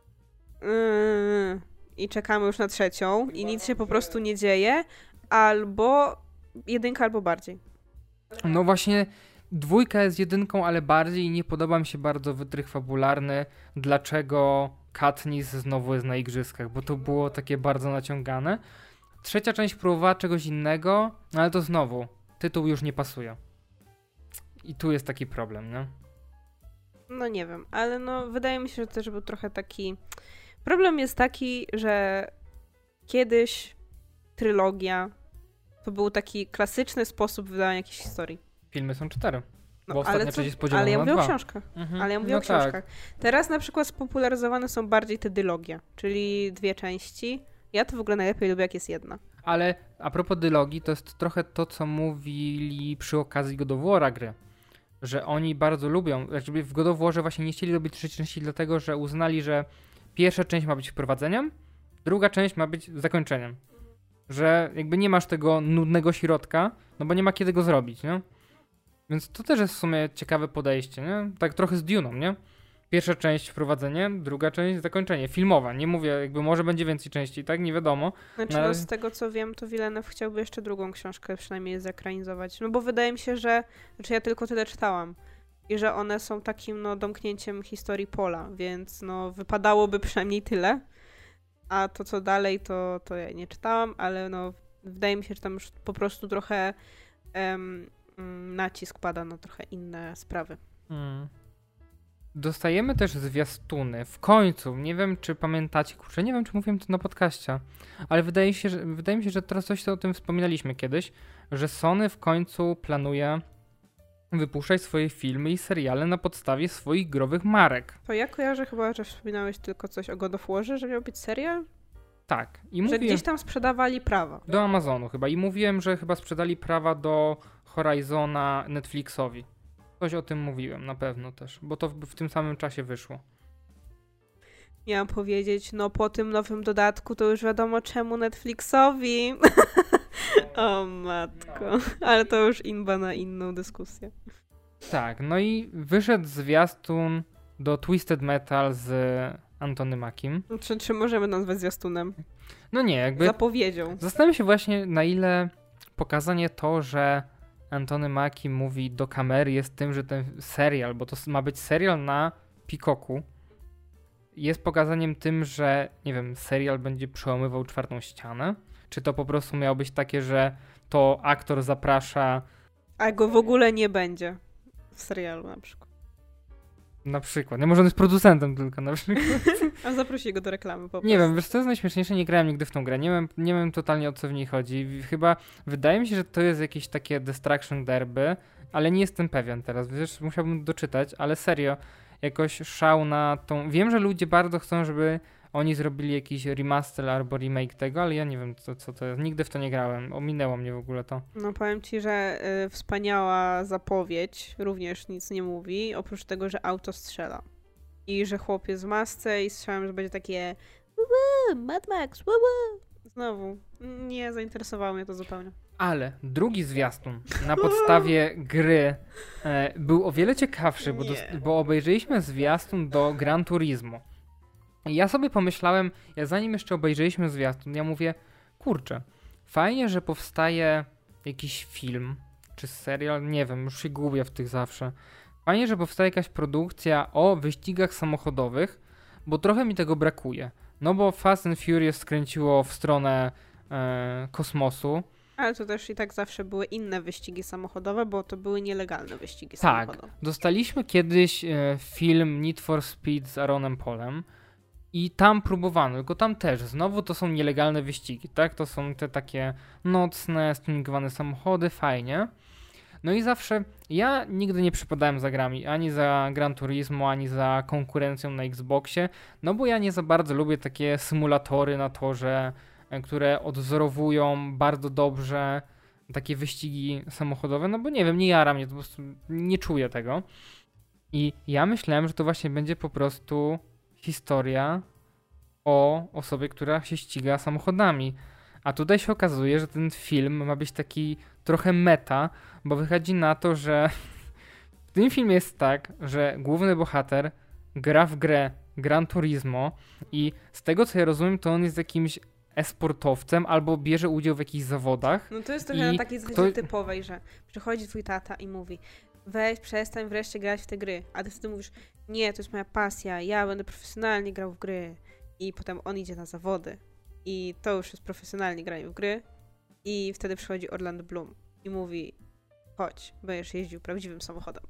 i czekamy już na trzecią i nic się po prostu nie dzieje, albo jedynka, albo bardziej. No właśnie, dwójka jest jedynką, ale bardziej nie podoba mi się bardzo wytrych fabularny, dlaczego Katniss znowu jest na igrzyskach, bo to było takie bardzo naciągane. Trzecia część próbowała czegoś innego, no ale to znowu, tytuł już nie pasuje. I tu jest taki problem, nie? No nie wiem, ale no wydaje mi się, że też był trochę taki... Problem jest taki, że kiedyś trylogia to był taki klasyczny sposób wydania jakiejś historii. Filmy są 4. No, bo ostatnia część jest podzielona ale ja na mówię 2. o książkach. Ale ja mówię no o książkach. Tak. Teraz na przykład spopularyzowane są bardziej te dylogie, czyli 2 części. Ja to w ogóle najlepiej lubię, jak jest jedna. Ale a propos dylogii, to jest trochę to, co mówili przy okazji God of War'a gry. Że oni bardzo lubią, jakby w God of War'ze właśnie nie chcieli robić trzeciej części, dlatego że uznali, że pierwsza część ma być wprowadzeniem, druga część ma być zakończeniem. Że jakby nie masz tego nudnego środka, no bo nie ma kiedy go zrobić, nie? Więc to też jest w sumie ciekawe podejście, nie? Tak trochę z Dune'ą, nie? Pierwsza część wprowadzenie, druga część zakończenie. Filmowa, nie mówię, jakby może będzie więcej części, tak? Nie wiadomo. Znaczy, no, z tego co wiem, to Villeneuve chciałby jeszcze drugą książkę przynajmniej zekranizować. No bo wydaje mi się, że... Znaczy ja tylko tyle czytałam. I że one są takim, no, domknięciem historii Paula, więc no, wypadałoby przynajmniej tyle. A to co dalej, to ja nie czytałam, ale no, wydaje mi się, że tam już po prostu trochę nacisk pada na trochę inne sprawy. Dostajemy też zwiastuny. W końcu, nie wiem czy pamiętacie, kurczę, nie wiem czy mówiłem to na podcaście, ale wydaje mi się, że teraz coś o tym wspominaliśmy kiedyś, że Sony w końcu planuje wypuszczać swoje filmy i seriale na podstawie swoich growych marek. To ja kojarzę chyba, że wspominałeś tylko coś o God of Warze, że miał być serial? Tak. Że gdzieś tam sprzedawali prawa. Do Amazonu chyba. I mówiłem, że chyba sprzedali prawa do Horizona Netflixowi. Coś o tym mówiłem, na pewno też, bo to w tym samym czasie wyszło. Miałam powiedzieć, no po tym nowym dodatku to już wiadomo czemu Netflixowi. O matko. No. Ale to już inba na inną dyskusję. Tak, no i wyszedł zwiastun do Twisted Metal z Antony Mackiem. Czy możemy nazwać zwiastunem? No nie, jakby... Zapowiedzią. Zastanawiam się właśnie, na ile pokazanie to, że Antony Mackie mówi do kamery jest tym, że ten serial, bo to ma być serial na Peacocku, jest pokazaniem tym, że, nie wiem, serial będzie przełamywał czwartą ścianę? Czy to po prostu miało być takie, że to aktor zaprasza... A go w ogóle nie będzie w serialu na przykład. Na przykład. Nie, może on jest producentem tylko na przykład. A zaprosi go do reklamy po prostu. Nie wiem, wiesz co jest najśmieszniejsze? Nie grałem nigdy w tą grę. Nie wiem totalnie o co w niej chodzi. Chyba wydaje mi się, że to jest jakieś takie Destruction Derby, ale nie jestem pewien teraz. Wiesz, musiałbym doczytać, ale serio, jakoś szał na tą... Wiem, że ludzie bardzo chcą, żeby oni zrobili jakiś remaster albo remake tego, ale ja nie wiem co to jest. Nigdy w to nie grałem. Ominęło mnie w ogóle to. No powiem ci, że wspaniała zapowiedź. Również nic nie mówi, oprócz tego, że auto strzela. I że chłop jest w masce i słyszałem, że będzie takie Mad Max, Znowu. Nie zainteresowało mnie to zupełnie. Ale drugi zwiastun na podstawie gry był o wiele ciekawszy, bo obejrzeliśmy zwiastun do Gran Turismo. I ja sobie pomyślałem, zanim jeszcze obejrzeliśmy zwiastun, ja mówię, kurczę, fajnie, że powstaje jakiś film, czy serial, nie wiem, już się gubię w tych zawsze. Fajnie, że powstaje jakaś produkcja o wyścigach samochodowych, bo trochę mi tego brakuje. No bo Fast and Furious skręciło w stronę kosmosu. Ale to też i tak zawsze były inne wyścigi samochodowe, bo to były nielegalne wyścigi samochodowe. Tak, dostaliśmy kiedyś film Need for Speed z Aaronem Paulem i tam próbowano, tylko tam też znowu to są nielegalne wyścigi, tak? To są te takie nocne, stuningowane samochody, fajnie. No i zawsze, ja nigdy nie przypadałem za grami, ani za Gran Turismo, ani za konkurencją na Xboxie, no bo ja nie za bardzo lubię takie symulatory na torze, które odwzorowują bardzo dobrze takie wyścigi samochodowe, no bo nie wiem, nie jara mnie, to po prostu nie czuję tego. I ja myślałem, że to właśnie będzie po prostu historia o osobie, która się ściga samochodami. A tutaj się okazuje, że ten film ma być taki trochę meta, bo wychodzi na to, że w tym filmie jest tak, że główny bohater gra w grę Gran Turismo i z tego co ja rozumiem, to on jest jakimś e-sportowcem albo bierze udział w jakichś zawodach. No to jest trochę na takiej zasadzie typowej, że przychodzi twój tata i mówi weź, przestań wreszcie grać w te gry. A ty wtedy mówisz, nie, to jest moja pasja, ja będę profesjonalnie grał w gry. I potem on idzie na zawody. I to już jest profesjonalnie granie w gry. I wtedy przychodzi Orlando Bloom i mówi chodź, będziesz jeździł prawdziwym samochodem.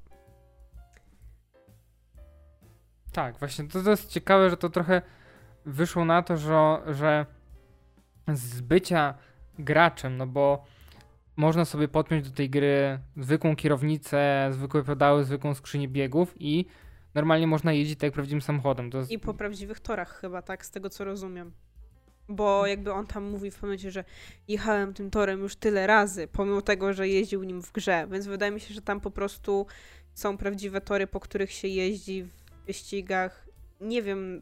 Tak, właśnie to jest ciekawe, że to trochę wyszło na to, że z bycia graczem, no bo można sobie podpiąć do tej gry zwykłą kierownicę, zwykłe pedały, zwykłą skrzynię biegów i normalnie można jeździć tak jak prawdziwym samochodem. To jest... I po prawdziwych torach chyba, tak? Z tego co rozumiem. Bo jakby on tam mówi w pewnym momencie, że jechałem tym torem już tyle razy, pomimo tego, że jeździł nim w grze, więc wydaje mi się, że tam po prostu są prawdziwe tory, po których się jeździ w wyścigach. Nie wiem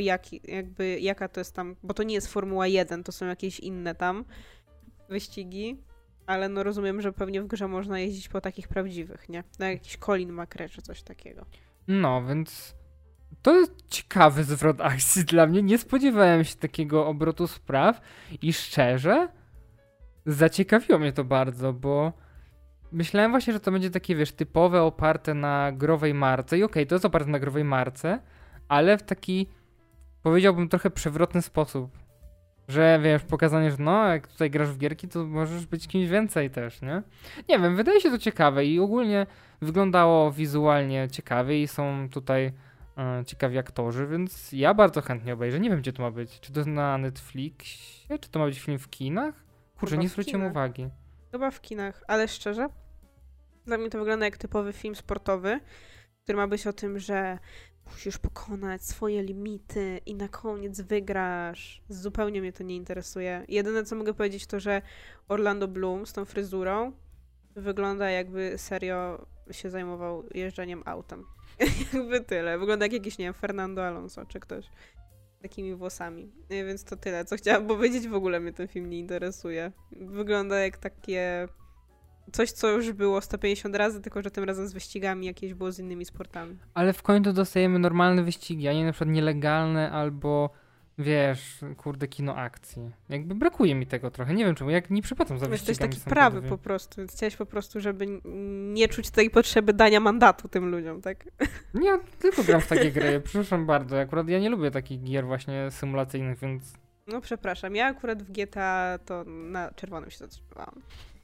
jaka to jest tam, bo to nie jest Formuła 1, to są jakieś inne tam wyścigi, ale no rozumiem, że pewnie w grze można jeździć po takich prawdziwych, nie? Na jakiś Colin McRae czy coś takiego. No, więc to jest ciekawy zwrot akcji dla mnie. Nie spodziewałem się takiego obrotu spraw i szczerze zaciekawiło mnie to bardzo, bo myślałem właśnie, że to będzie takie, wiesz, typowe, oparte na growej marce. I okej, to jest oparte na growej marce, ale w taki, powiedziałbym, trochę przewrotny sposób. Że, wiesz, pokazanie, że no, jak tutaj grasz w gierki, to możesz być kimś więcej też, nie? Nie wiem, wydaje się to ciekawe i ogólnie wyglądało wizualnie ciekawie i są tutaj ciekawi aktorzy, więc ja bardzo chętnie obejrzę. Nie wiem, gdzie to ma być. Czy to na Netflixie? Czy to ma być film w kinach? Kurczę, Chyba nie w zwróciłem kinach. uwagi. Chyba w kinach, ale szczerze, dla mnie to wygląda jak typowy film sportowy, który ma być o tym, że musisz pokonać swoje limity i na koniec wygrasz. Zupełnie mnie to nie interesuje. Jedyne, co mogę powiedzieć, to, że Orlando Bloom z tą fryzurą wygląda jakby serio się zajmował jeżdżeniem autem. Jakby tyle. Wygląda jak jakiś, nie wiem, Fernando Alonso czy ktoś. Takimi włosami. Więc to tyle, co chciałam powiedzieć. W ogóle mnie ten film nie interesuje. Wygląda jak takie coś, co już było 150 razy, tylko że tym razem z wyścigami, jakieś było z innymi sportami. Ale w końcu dostajemy normalne wyścigi, a nie na przykład nielegalne albo, wiesz, kurde, kino akcji. Jakby brakuje mi tego trochę. Nie wiem czemu, jak nie przypadam za Jesteś wyścigami taki prawy po prostu. Więc chciałeś po prostu, żeby nie czuć tej potrzeby dania mandatu tym ludziom, tak? Nie, tylko gram w takie gry. Przepraszam bardzo. Akurat ja nie lubię takich gier właśnie symulacyjnych, więc... No przepraszam, ja akurat w GTA to na czerwonym się zatrzymałam.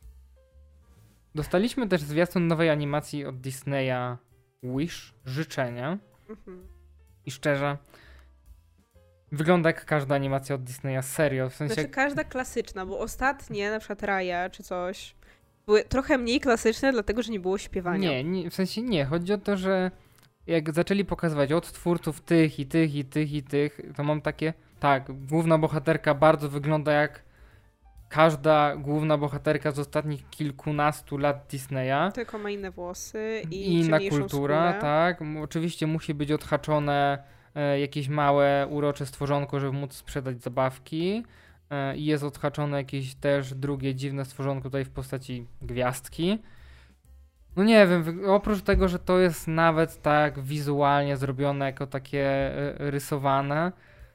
Dostaliśmy też zwiastun nowej animacji od Disneya Wish, Życzenie. Mhm. I szczerze, wygląda jak każda animacja od Disneya, serio. W sensie... Znaczy każda klasyczna, bo ostatnie, na przykład Raya czy coś, były trochę mniej klasyczne, dlatego że nie było śpiewania. Nie, w sensie nie. Chodzi o to, że jak zaczęli pokazywać od twórców tych i tych i tych i tych, to mam takie, tak, główna bohaterka bardzo wygląda jak każda główna bohaterka z ostatnich kilkunastu lat Disneya. Tylko ma inne włosy i inna ciemniejszą kultura, skórę. tak. Oczywiście musi być odhaczone jakieś małe, urocze stworzonko, żeby móc sprzedać zabawki. I jest odhaczone jakieś też drugie dziwne stworzonko tutaj w postaci gwiazdki. No nie wiem, oprócz tego, że to jest nawet tak wizualnie zrobione jako takie rysowane,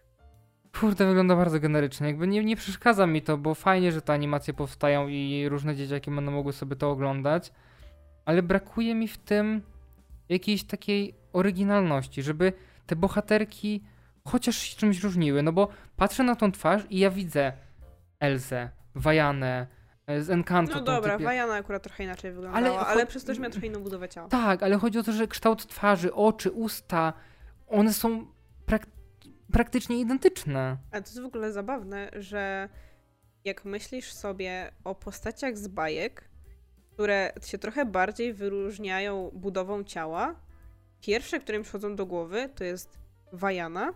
kurde, wygląda bardzo generycznie. Jakby nie przeszkadza mi to, bo fajnie, że te animacje powstają i różne dzieciaki będą mogły sobie to oglądać, ale brakuje mi w tym jakiejś takiej oryginalności, żeby te bohaterki chociaż się czymś różniły, no bo patrzę na tą twarz i ja widzę Elzę, Vajanę, z Encanto. No dobra, Vajana akurat trochę inaczej wyglądała, ale przez to, że miała trochę inną budowę ciała. Tak, ale chodzi o to, że kształt twarzy, oczy, usta, one są praktycznie identyczne. Ale to jest w ogóle zabawne, że jak myślisz sobie o postaciach z bajek, które się trochę bardziej wyróżniają budową ciała, pierwsze, które mi przychodzą do głowy, to jest Vajana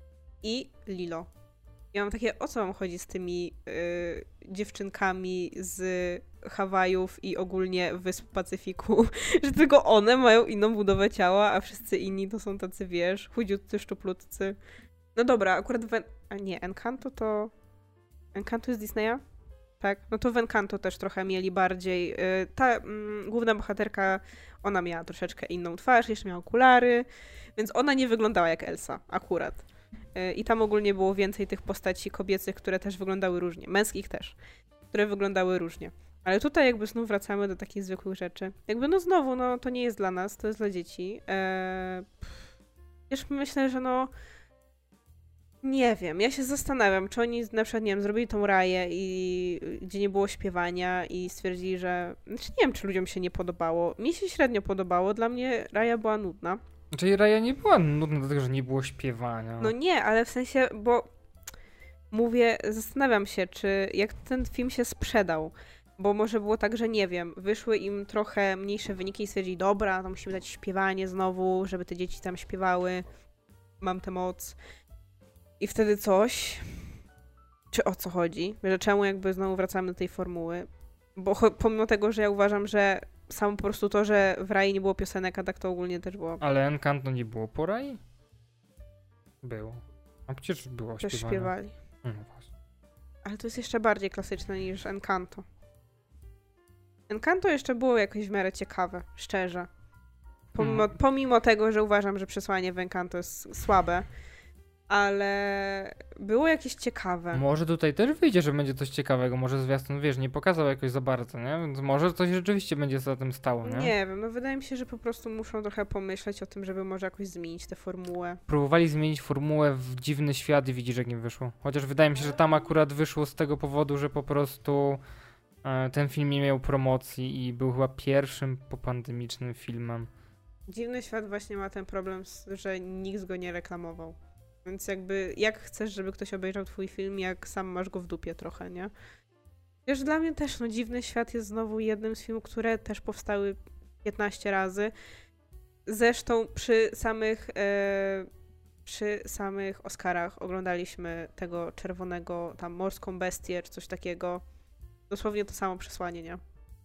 i Lilo. Ja mam takie, o co wam chodzi z tymi dziewczynkami z Hawajów i ogólnie Wysp Pacyfiku, że tylko one mają inną budowę ciała, a wszyscy inni to są tacy, wiesz, chudziutcy, szczuplutcy. No dobra, akurat a nie, Encanto to... Encanto jest Disneya? Tak, no to w Encanto też trochę mieli bardziej... Ta główna bohaterka, ona miała troszeczkę inną twarz, jeszcze miała okulary, więc ona nie wyglądała jak Elsa, akurat. I tam ogólnie było więcej tych postaci kobiecych, które też wyglądały różnie. Męskich też, które wyglądały różnie. Ale tutaj jakby znów wracamy do takich zwykłych rzeczy. Jakby no znowu, no to nie jest dla nas, to jest dla dzieci. Wiesz, myślę, że no... Nie wiem, ja się zastanawiam, czy oni na przykład, nie wiem, zrobili tą Raję i gdzie nie było śpiewania i stwierdzili, że... Znaczy nie wiem, czy ludziom się nie podobało. Mi się średnio podobało, dla mnie Raja była nudna. Czyli Raya nie była nudna, dlatego że nie było śpiewania. No nie, ale w sensie, bo mówię, zastanawiam się, czy jak ten film się sprzedał, bo może było tak, że nie wiem, wyszły im trochę mniejsze wyniki i stwierdzili, dobra, to musimy dać śpiewanie znowu, żeby te dzieci tam śpiewały, mam tę moc. I wtedy coś. czy o co chodzi, że czemu jakby znowu wracamy do tej formuły. Bo pomimo tego, że ja uważam, że samo po prostu to, że w Rai nie było piosenek, a tak to ogólnie też było. Ale Encanto nie było po Rai? Było. A przecież było Też śpiewane. śpiewali. No właśnie. Ale to jest jeszcze bardziej klasyczne niż Encanto. Encanto jeszcze było jakoś w miarę ciekawe, szczerze. Pomimo tego, że uważam, że przesłanie w Encanto jest słabe, ale było jakieś ciekawe. Może tutaj też wyjdzie, że będzie coś ciekawego. Może zwiastun, wiesz, nie pokazał jakoś za bardzo, nie? Więc może coś rzeczywiście będzie za tym stało, nie? Nie wiem, no wydaje mi się, że po prostu muszą trochę pomyśleć o tym, żeby może jakoś zmienić tę formułę. Próbowali zmienić formułę w Dziwny Świat i widzisz, jak im wyszło. Chociaż wydaje mi się, że tam akurat wyszło z tego powodu, że po prostu ten film nie miał promocji i był chyba pierwszym popandemicznym filmem. Dziwny Świat właśnie ma ten problem, że nikt go nie reklamował. Więc jakby, jak chcesz, żeby ktoś obejrzał twój film, jak sam masz go w dupie trochę, nie? Wiesz, dla mnie też, no Dziwny Świat jest znowu jednym z filmów, które też powstały 15 razy. Zresztą przy samych Oscarach oglądaliśmy tego czerwonego, tam Morską Bestię, czy coś takiego. Dosłownie to samo przesłanie, nie?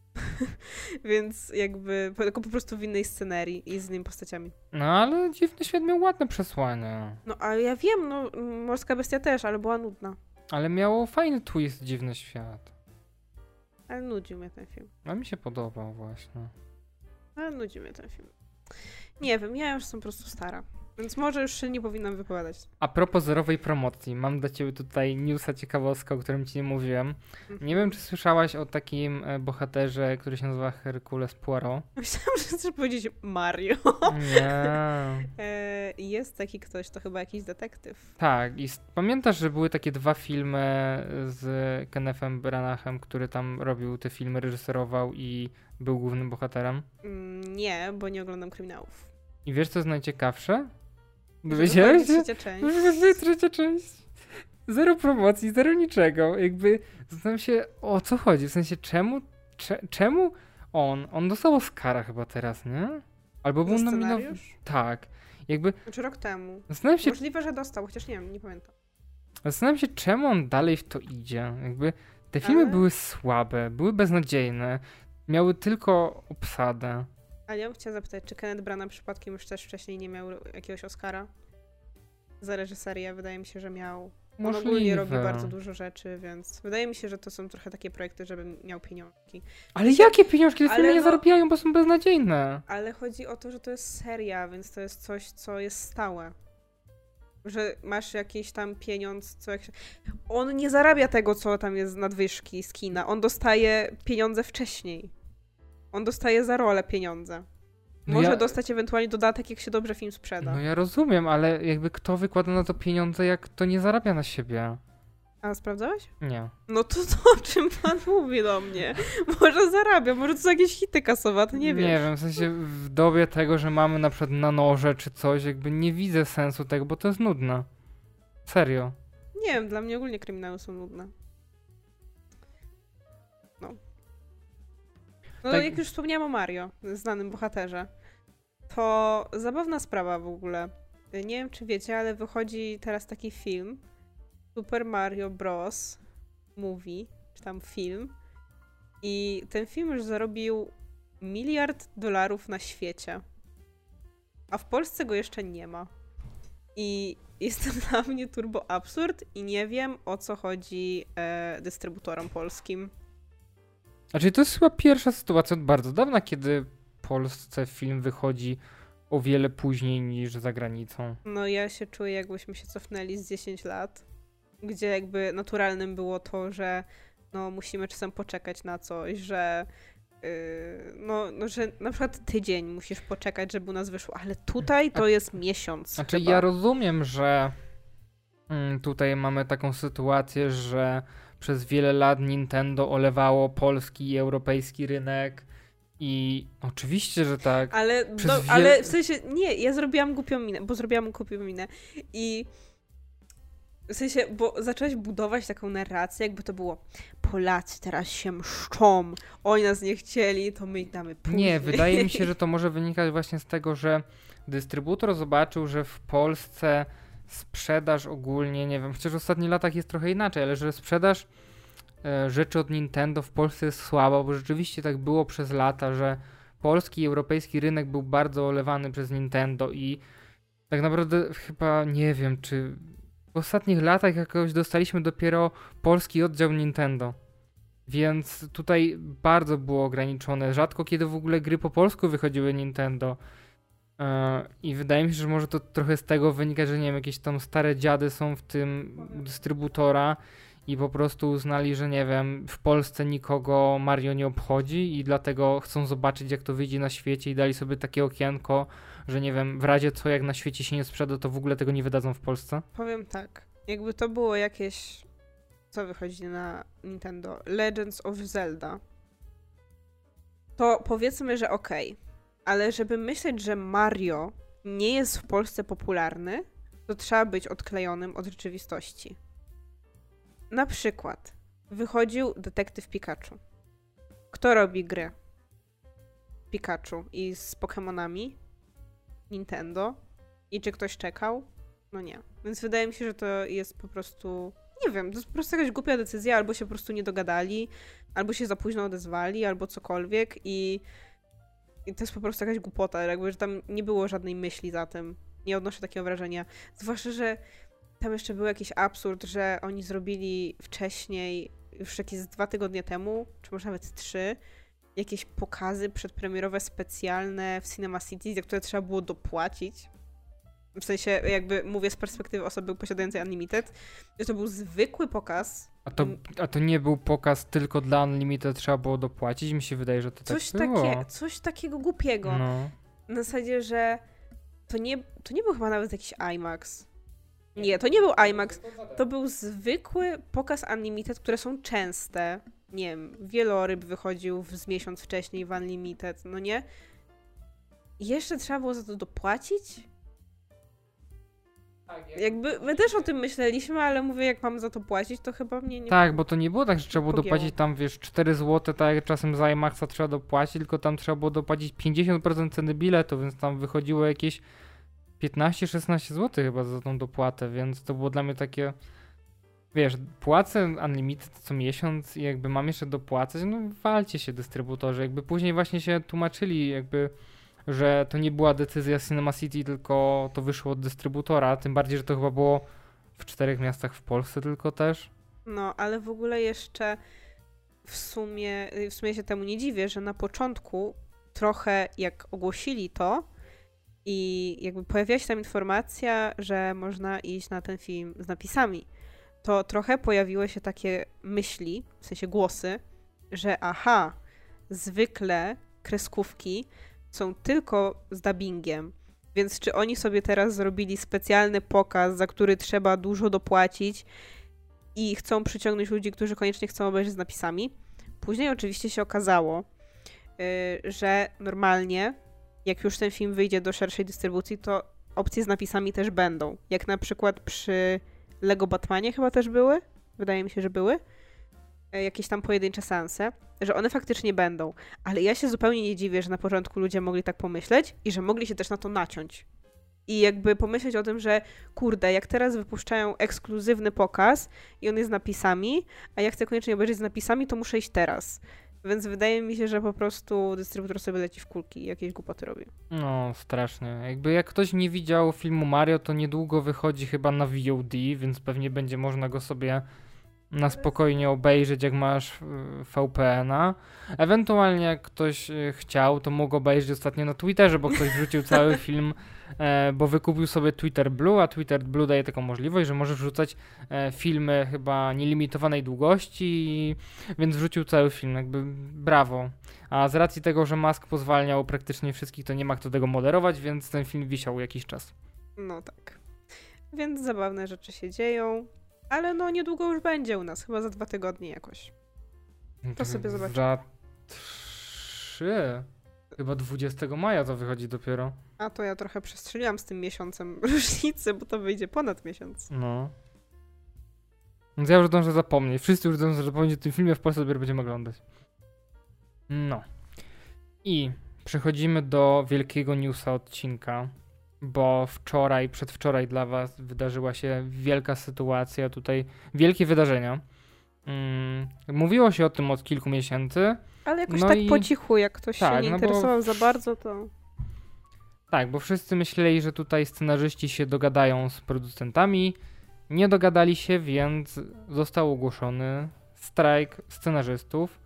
Więc jakby, tylko po prostu w innej scenerii i z innymi postaciami. No ale Dziwny Świat miał ładne przesłanie. No ale ja wiem, no Morska Bestia też, ale była nudna. Ale miało fajny twist Dziwny Świat. Ale nudził mnie ten film. A mi się podobał właśnie. Ale nudzi mnie ten film. Nie wiem, ja już jestem po prostu stara. Więc może już się nie powinnam wypowiadać. A propos zerowej promocji, mam dla ciebie tutaj newsa, ciekawostkę, o którym ci nie mówiłem. Nie wiem, czy słyszałaś o takim bohaterze, który się nazywa Hercules Poirot. Myślałam, że chcesz powiedzieć Mario. Nie. Jest taki ktoś, to chyba jakiś detektyw. Tak, i pamiętasz, że były takie 2 filmy z Kennethem Branaghem, który tam robił te filmy, reżyserował i był głównym bohaterem? Nie, bo nie oglądam kryminałów. I wiesz, co jest najciekawsze? Dowiedziałeś Dowiedziałeś się? trzecia część. Już trzecia część. Zero promocji, zero niczego. Jakby zastanawiam się, o co chodzi. W sensie, czemu on dostał Oscara chyba teraz, nie? Albo był nominowany. Tak. Jakby Znaczy rok temu. zastanawiam się, Możliwe, że dostał, chociaż nie wiem, nie pamiętam. zastanawiam się, czemu on dalej w to idzie. Jakby te filmy były słabe, były beznadziejne, miały tylko obsadę. Ale ja bym chciała zapytać, czy Kenneth Branagh przypadkiem już też wcześniej nie miał jakiegoś Oscara za reżyserię? Wydaje mi się, że miał. On ogólnie robi bardzo dużo rzeczy, więc wydaje mi się, że to są trochę takie projekty, żeby miał pieniążki. Ale jakie pieniążki? Te filmy nie zarabiają, bo są beznadziejne. Ale chodzi o to, że to jest seria, więc to jest coś, co jest stałe. Że masz jakiś tam pieniądz, on nie zarabia tego, co tam jest z nadwyżki z kina. On dostaje pieniądze wcześniej. On dostaje za rolę pieniądze. Może dostać ewentualnie dodatek, jak się dobrze film sprzeda. No ja rozumiem, ale jakby kto wykłada na to pieniądze, jak to nie zarabia na siebie? A sprawdzałeś? Nie. No to o czym pan mówi do mnie? Może zarabia, może to są jakieś hity kasowe, to nie wiem. Nie wiem, w sensie w dobie tego, że mamy na przykład na noże czy coś, jakby nie widzę sensu tego, bo to jest nudne. Serio. Nie wiem, dla mnie ogólnie kryminały są nudne. No Tak. jak już wspomniałam o Mario, znanym bohaterze, to zabawna sprawa w ogóle. Nie wiem, czy wiecie, ale wychodzi teraz taki film Super Mario Bros. Movie, czy tam film. I ten film już zarobił $1 miliard na świecie. A w Polsce go jeszcze nie ma. I jest to dla mnie turbo absurd i nie wiem, o co chodzi dystrybutorom polskim. Znaczy to jest chyba pierwsza sytuacja od bardzo dawna, kiedy w Polsce film wychodzi o wiele później niż za granicą. No ja się czuję, jakbyśmy się cofnęli z 10 lat, gdzie jakby naturalnym było to, że no musimy czasem poczekać na coś, że że na przykład tydzień musisz poczekać, żeby u nas wyszło, ale tutaj to jest miesiąc. Znaczy chyba. ja rozumiem, że tutaj mamy taką sytuację, że przez wiele lat Nintendo olewało polski i europejski rynek i oczywiście, że tak. Ale w sensie, nie, ja zrobiłam głupią minę i w sensie, bo zaczęłaś budować taką narrację, jakby to było Polacy teraz się mszczą, oni nas nie chcieli, to my ich damy później. Nie, wydaje mi się, że to może wynikać właśnie z tego, że dystrybutor zobaczył, że w Polsce sprzedaż ogólnie, nie wiem, chociaż w ostatnich latach jest trochę inaczej, ale że sprzedaż rzeczy od Nintendo w Polsce jest słaba, bo rzeczywiście tak było przez lata, że polski i europejski rynek był bardzo olewany przez Nintendo i tak naprawdę chyba nie wiem, czy w ostatnich latach jakoś dostaliśmy dopiero polski oddział Nintendo. Więc tutaj bardzo było ograniczone. Rzadko kiedy w ogóle gry po polsku wychodziły Nintendo. I wydaje mi się, że może to trochę z tego wynika, że nie wiem, jakieś tam stare dziady są w tym dystrybutora i po prostu uznali, że nie wiem, w Polsce nikogo Mario nie obchodzi i dlatego chcą zobaczyć, jak to wyjdzie na świecie i dali sobie takie okienko, że nie wiem, w razie co, jak na świecie się nie sprzeda, to w ogóle tego nie wydadzą w Polsce. Powiem tak, jakby to było jakieś, co wychodzi na Nintendo, Legends of Zelda, to powiedzmy, że okej. Ale żeby myśleć, że Mario nie jest w Polsce popularny, to trzeba być odklejonym od rzeczywistości. Na przykład wychodził Detektyw Pikachu. Kto robi grę? Pikachu i z Pokemonami? Nintendo. I czy ktoś czekał? No nie. Więc wydaje mi się, że to jest po prostu... Nie wiem, to jest po prostu jakaś głupia decyzja, albo się po prostu nie dogadali, albo się za późno odezwali, albo cokolwiek i to jest po prostu jakaś głupota, jakby, że tam nie było żadnej myśli za tym. Nie odnoszę takiego wrażenia. Zwłaszcza, że tam jeszcze był jakiś absurd, że oni zrobili wcześniej, już jakieś 2 tygodnie temu, czy może nawet 3, jakieś pokazy przedpremierowe specjalne w Cinema City, za które trzeba było dopłacić. W sensie, jakby mówię z perspektywy osoby posiadającej Unlimited, że to był zwykły pokaz. A to nie był pokaz tylko dla Unlimited, trzeba było dopłacić? Mi się wydaje, że to tak było. Coś takiego głupiego. No. Na zasadzie, że to nie był chyba nawet jakiś IMAX. Nie, to nie był IMAX. To był zwykły pokaz Unlimited, które są częste. Nie wiem, Wieloryb wychodził z miesiąc wcześniej w Unlimited, no nie? I jeszcze trzeba było za to dopłacić? Jakby my też o tym myśleliśmy, ale mówię, jak mam za to płacić, to chyba mnie nie... Tak, bo to nie było tak, że trzeba było pogięło. dopłacić tam, wiesz, 4 zł, tak jak czasem za IMAXa trzeba dopłacić, tylko tam trzeba było dopłacić 50% ceny biletu, więc tam wychodziło jakieś 15-16 zł chyba za tą dopłatę, więc to było dla mnie takie... Wiesz, płacę Unlimited co miesiąc i jakby mam jeszcze dopłacać, no walcie się dystrybutorzy, jakby później właśnie się tłumaczyli jakby, że to nie była decyzja Cinema City, tylko to wyszło od dystrybutora, tym bardziej, że to chyba było w 4 miastach w Polsce tylko też. No, ale w ogóle jeszcze w sumie się temu nie dziwię, że na początku trochę jak ogłosili to i jakby pojawiła się tam informacja, że można iść na ten film z napisami, to trochę pojawiły się takie myśli, w sensie głosy, że aha, zwykle kreskówki są tylko z dubbingiem, więc czy oni sobie teraz zrobili specjalny pokaz, za który trzeba dużo dopłacić i chcą przyciągnąć ludzi, którzy koniecznie chcą obejrzeć z napisami? Później oczywiście się okazało, że normalnie, jak już ten film wyjdzie do szerszej dystrybucji, to opcje z napisami też będą. Jak na przykład przy Lego Batmanie chyba też były. Wydaje mi się, że były. Jakieś tam pojedyncze seanse, że one faktycznie będą. Ale ja się zupełnie nie dziwię, że na początku ludzie mogli tak pomyśleć i że mogli się też na to naciąć. I jakby pomyśleć o tym, że kurde, jak teraz wypuszczają ekskluzywny pokaz i on jest z napisami, a ja chcę koniecznie obejrzeć z napisami, to muszę iść teraz. Więc wydaje mi się, że po prostu dystrybutor sobie leci w kulki i jakieś głupoty robi. No, strasznie. Jakby jak ktoś nie widział filmu Mario, to niedługo wychodzi chyba na VOD, więc pewnie będzie można go sobie na spokojnie obejrzeć, jak masz VPN-a. Ewentualnie jak ktoś chciał, to mógł obejrzeć ostatnio na Twitterze, bo ktoś wrzucił cały film, bo wykupił sobie Twitter Blue, a Twitter Blue daje taką możliwość, że możesz wrzucać filmy chyba nielimitowanej długości, więc wrzucił cały film, jakby brawo. A z racji tego, że Musk pozwalniał praktycznie wszystkich, to nie ma kto tego moderować, więc ten film wisiał jakiś czas. No tak. Więc zabawne rzeczy się dzieją. Ale no niedługo już będzie u nas, chyba za 2 tygodnie jakoś. To sobie zobaczymy. Za 3, chyba 20 maja to wychodzi dopiero. A to ja trochę przestrzeliłam z tym miesiącem różnicy, bo to wyjdzie ponad miesiąc. No. Więc ja już dążę zapomnieć. Wszyscy już dążą zapomnieć o tym filmie, w Polsce dopiero będziemy oglądać. No. I przechodzimy do wielkiego newsa odcinka, bo przedwczoraj dla was wydarzyła się wielka sytuacja tutaj, wielkie wydarzenia. Mówiło się o tym od kilku miesięcy. Ale jakoś tak po cichu, jak ktoś się nie interesował za bardzo, to... Tak, bo wszyscy myśleli, że tutaj scenarzyści się dogadają z producentami. Nie dogadali się, więc został ogłoszony strajk scenarzystów.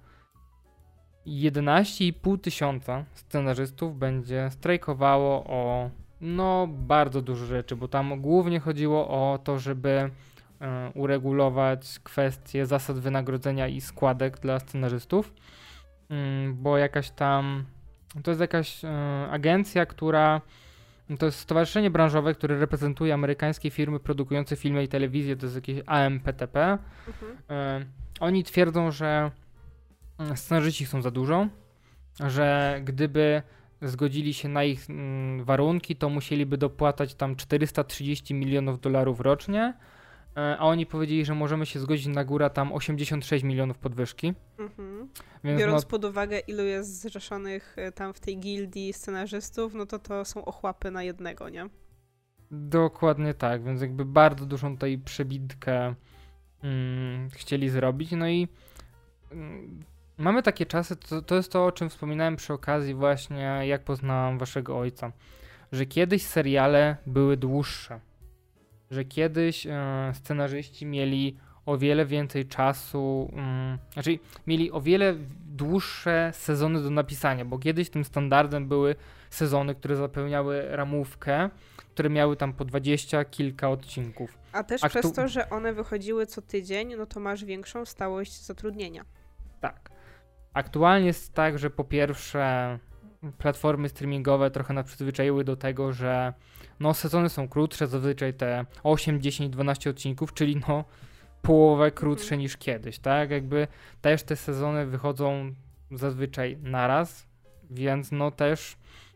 11,5 tysiąca scenarzystów będzie strajkowało o bardzo dużo rzeczy, bo tam głównie chodziło o to, żeby uregulować kwestie zasad wynagrodzenia i składek dla scenarzystów, bo to jest jakaś agencja, to jest stowarzyszenie branżowe, które reprezentuje amerykańskie firmy produkujące filmy i telewizję, to jest jakieś AMPTP. Oni twierdzą, że scenarzyści chcą za dużo, że gdyby zgodzili się na ich warunki, to musieliby dopłacać tam $430 milionów rocznie, a oni powiedzieli, że możemy się zgodzić na górę tam 86 milionów podwyżki. Więc biorąc pod uwagę, ilu jest zrzeszonych tam w tej gildii scenarzystów, no to są ochłapy na jednego, nie? Dokładnie tak, więc jakby bardzo dużą tutaj przebitkę chcieli zrobić. No i mamy takie czasy, to jest to, o czym wspominałem przy okazji właśnie, jak poznałam waszego ojca, że kiedyś seriale były dłuższe, że kiedyś scenarzyści mieli o wiele więcej czasu, mieli o wiele dłuższe sezony do napisania, bo kiedyś tym standardem były sezony, które zapełniały ramówkę, które miały tam po 20 kilka odcinków. A też przez to, że one wychodziły co tydzień, no to masz większą stałość zatrudnienia. Tak. Aktualnie jest tak, że po pierwsze platformy streamingowe trochę nas przyzwyczaiły do tego, że sezony są krótsze, zazwyczaj te 8, 10, 12 odcinków, czyli połowę krótsze niż kiedyś, tak? Jakby też te sezony wychodzą zazwyczaj naraz, więc też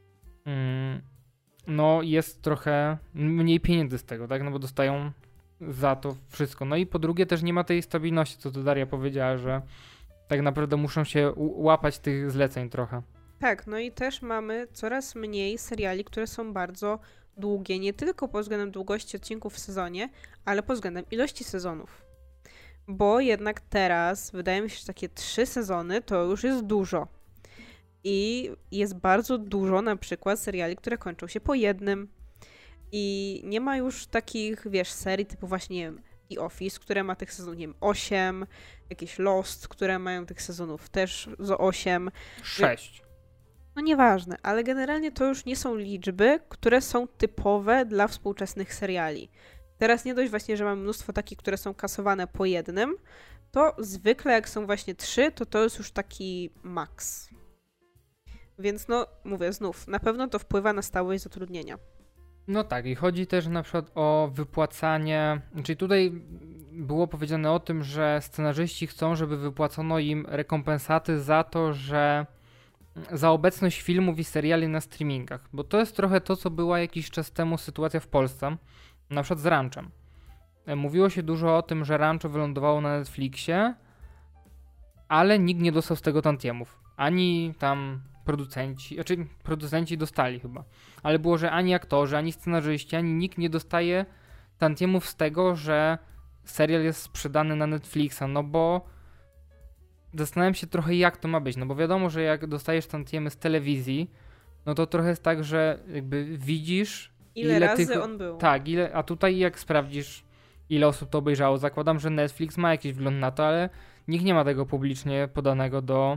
jest trochę mniej pieniędzy z tego, tak? No bo dostają za to wszystko. No i po drugie też nie ma tej stabilności, co tu Daria powiedziała, że tak naprawdę muszą się łapać tych zleceń trochę. Tak, no i też mamy coraz mniej seriali, które są bardzo długie, nie tylko pod względem długości odcinków w sezonie, ale pod względem ilości sezonów. Bo jednak teraz wydaje mi się, że takie 3 sezony to już jest dużo. I jest bardzo dużo na przykład seriali, które kończą się po jednym. I nie ma już takich, serii typu właśnie, nie wiem, The Office, które ma tych sezonów, nie wiem, 8, jakieś Lost, które mają tych sezonów też z 8. 6. No nieważne, ale generalnie to już nie są liczby, które są typowe dla współczesnych seriali. Teraz nie dość właśnie, że mamy mnóstwo takich, które są kasowane po jednym, to zwykle jak są właśnie 3, to jest już taki maks. Więc mówię znów, na pewno to wpływa na stałość zatrudnienia. No tak, i chodzi też na przykład o wypłacanie, czyli tutaj było powiedziane o tym, że scenarzyści chcą, żeby wypłacono im rekompensaty za to, że za obecność filmów i seriali na streamingach, bo to jest trochę to, co była jakiś czas temu sytuacja w Polsce, na przykład z Ranchem. Mówiło się dużo o tym, że Rancho wylądowało na Netflixie, ale nikt nie dostał z tego tantiemów. Ani tam producenci dostali chyba, ale było, że ani aktorzy, ani scenarzyści, ani nikt nie dostaje tantiemów z tego, że serial jest sprzedany na Netflixa, bo zastanawiam się trochę, jak to ma być, bo wiadomo, że jak dostajesz tantiemy z telewizji, to trochę jest tak, że jakby widzisz ile razy on był. Tak, a tutaj jak sprawdzisz, ile osób to obejrzało, zakładam, że Netflix ma jakiś wgląd na to, ale nikt nie ma tego publicznie podanego do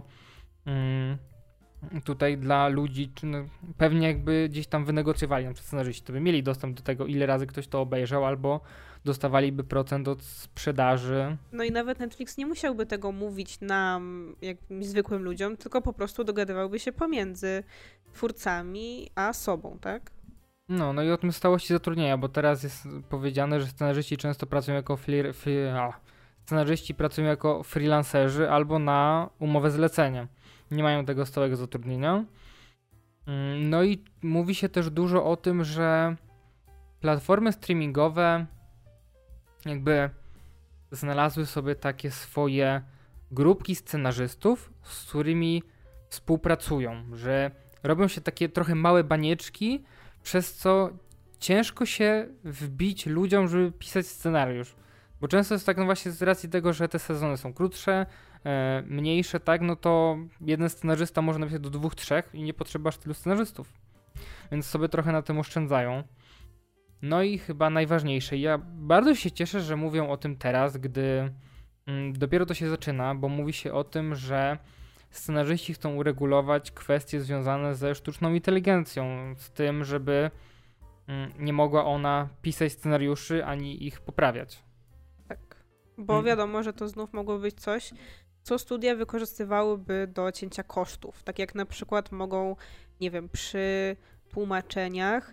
tutaj dla ludzi, czy pewnie jakby gdzieś tam wynegocjowali na przykład scenarzyści, to by mieli dostęp do tego, ile razy ktoś to obejrzał, albo dostawaliby procent od sprzedaży. No i nawet Netflix nie musiałby tego mówić nam, jakimś zwykłym ludziom, tylko po prostu dogadywałby się pomiędzy twórcami a sobą, tak? No i o tym stałości zatrudnienia, bo teraz jest powiedziane, że scenarzyści często pracują jako scenarzyści pracują jako freelancerzy albo na umowę zlecenia. Nie mają tego stałego zatrudnienia. No i mówi się też dużo o tym, że platformy streamingowe jakby znalazły sobie takie swoje grupki scenarzystów, z którymi współpracują, że robią się takie trochę małe banieczki, przez co ciężko się wbić ludziom, żeby pisać scenariusz. Bo często jest tak, no właśnie z racji tego, że te sezony są krótsze, mniejsze, tak, no to jeden scenarzysta może napisać do 2-3 i nie potrzeba tylu scenarzystów. Więc sobie trochę na tym oszczędzają. No i chyba najważniejsze, ja bardzo się cieszę, że mówią o tym teraz, gdy dopiero to się zaczyna, bo mówi się o tym, że scenarzyści chcą uregulować kwestie związane ze sztuczną inteligencją, z tym, żeby nie mogła ona pisać scenariuszy, ani ich poprawiać. Tak, bo wiadomo, że to znów mogło być coś, co studia wykorzystywałyby do cięcia kosztów. Tak jak na przykład mogą, nie wiem, przy tłumaczeniach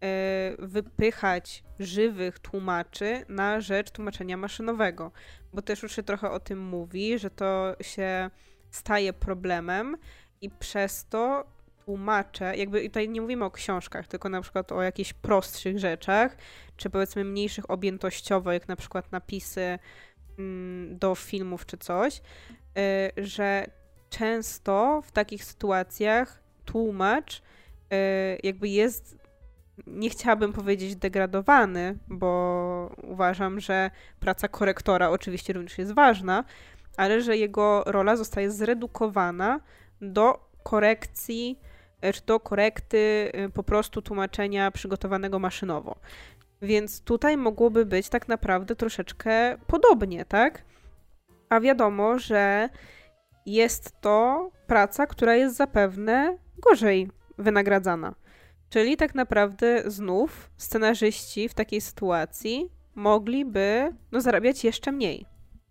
wypychać żywych tłumaczy na rzecz tłumaczenia maszynowego. Bo też już się trochę o tym mówi, że to się staje problemem i przez to tłumacze, jakby tutaj nie mówimy o książkach, tylko na przykład o jakichś prostszych rzeczach, czy powiedzmy mniejszych objętościowo, jak na przykład napisy do filmów czy coś, że często w takich sytuacjach tłumacz jakby jest, nie chciałabym powiedzieć degradowany, bo uważam, że praca korektora oczywiście również jest ważna, ale że jego rola zostaje zredukowana do korekcji, czy do korekty po prostu tłumaczenia przygotowanego maszynowo. Więc tutaj mogłoby być tak naprawdę troszeczkę podobnie, tak? A wiadomo, że jest to praca, która jest zapewne gorzej wynagradzana. Czyli tak naprawdę znów scenarzyści w takiej sytuacji mogliby zarabiać jeszcze mniej.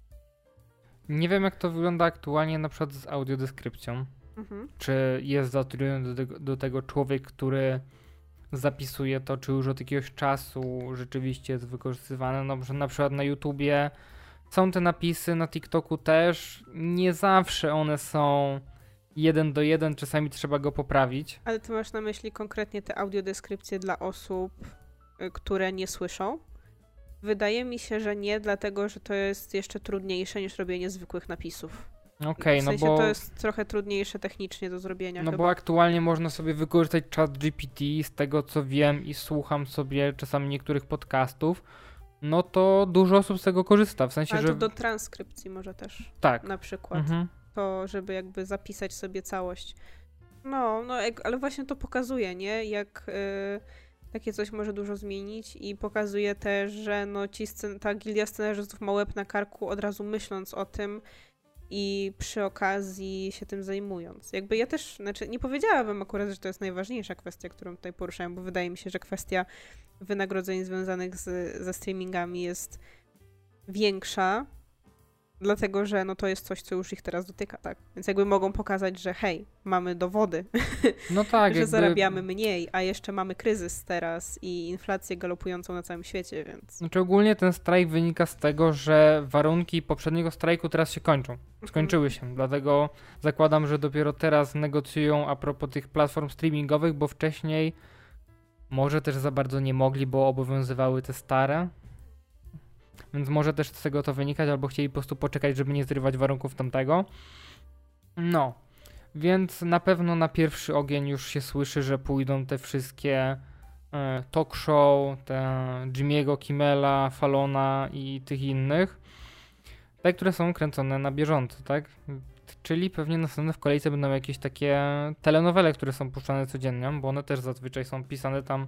Nie wiem, jak to wygląda aktualnie na przykład z audiodeskrypcją. Czy jest zatrudniony do tego człowiek, który zapisuje to, czy już od jakiegoś czasu rzeczywiście jest wykorzystywane. No, że na przykład na YouTubie są te napisy, na TikToku też. Nie zawsze one są 1:1, czasami trzeba go poprawić. Ale ty masz na myśli konkretnie te audiodeskrypcje dla osób, które nie słyszą? Wydaje mi się, że nie, dlatego że to jest jeszcze trudniejsze niż robienie zwykłych napisów. Okej, w sensie no bo to jest trochę trudniejsze technicznie do zrobienia. No chyba. bo aktualnie można sobie wykorzystać ChatGPT, z tego co wiem i słucham sobie czasami niektórych podcastów, no to dużo osób z tego korzysta, w sensie, Ale że... to do transkrypcji może też, Tak. na przykład. To, żeby jakby zapisać sobie całość. Ale właśnie to pokazuje, nie? Jak takie coś może dużo zmienić i pokazuje też, że ta gildia scenarzystów ma łeb na karku od razu myśląc o tym i przy okazji się tym zajmując. Jakby ja też, nie powiedziałabym akurat, że to jest najważniejsza kwestia, którą tutaj poruszałem, bo wydaje mi się, że kwestia wynagrodzeń związanych ze streamingami jest większa, dlatego że to jest coś, co już ich teraz dotyka, tak? Więc jakby mogą pokazać, że hej, mamy dowody, no tak, że zarabiamy mniej, a jeszcze mamy kryzys teraz i inflację galopującą na całym świecie, więc... Znaczy ogólnie ten strajk wynika z tego, że warunki poprzedniego strajku teraz się kończą. Skończyły się, dlatego zakładam, że dopiero teraz negocjują a propos tych platform streamingowych, bo wcześniej może też za bardzo nie mogli, bo obowiązywały te stare. Więc może też z tego to wynikać, albo chcieli po prostu poczekać, żeby nie zrywać warunków tamtego. No, więc na pewno na pierwszy ogień już się słyszy, że pójdą te wszystkie talk show, te Jimmy'ego Kimmela, Fallona i tych innych, te, które są kręcone na bieżąco, tak? Czyli pewnie następne w kolejce będą jakieś takie telenowele, które są puszczane codziennie, bo one też zazwyczaj są pisane tam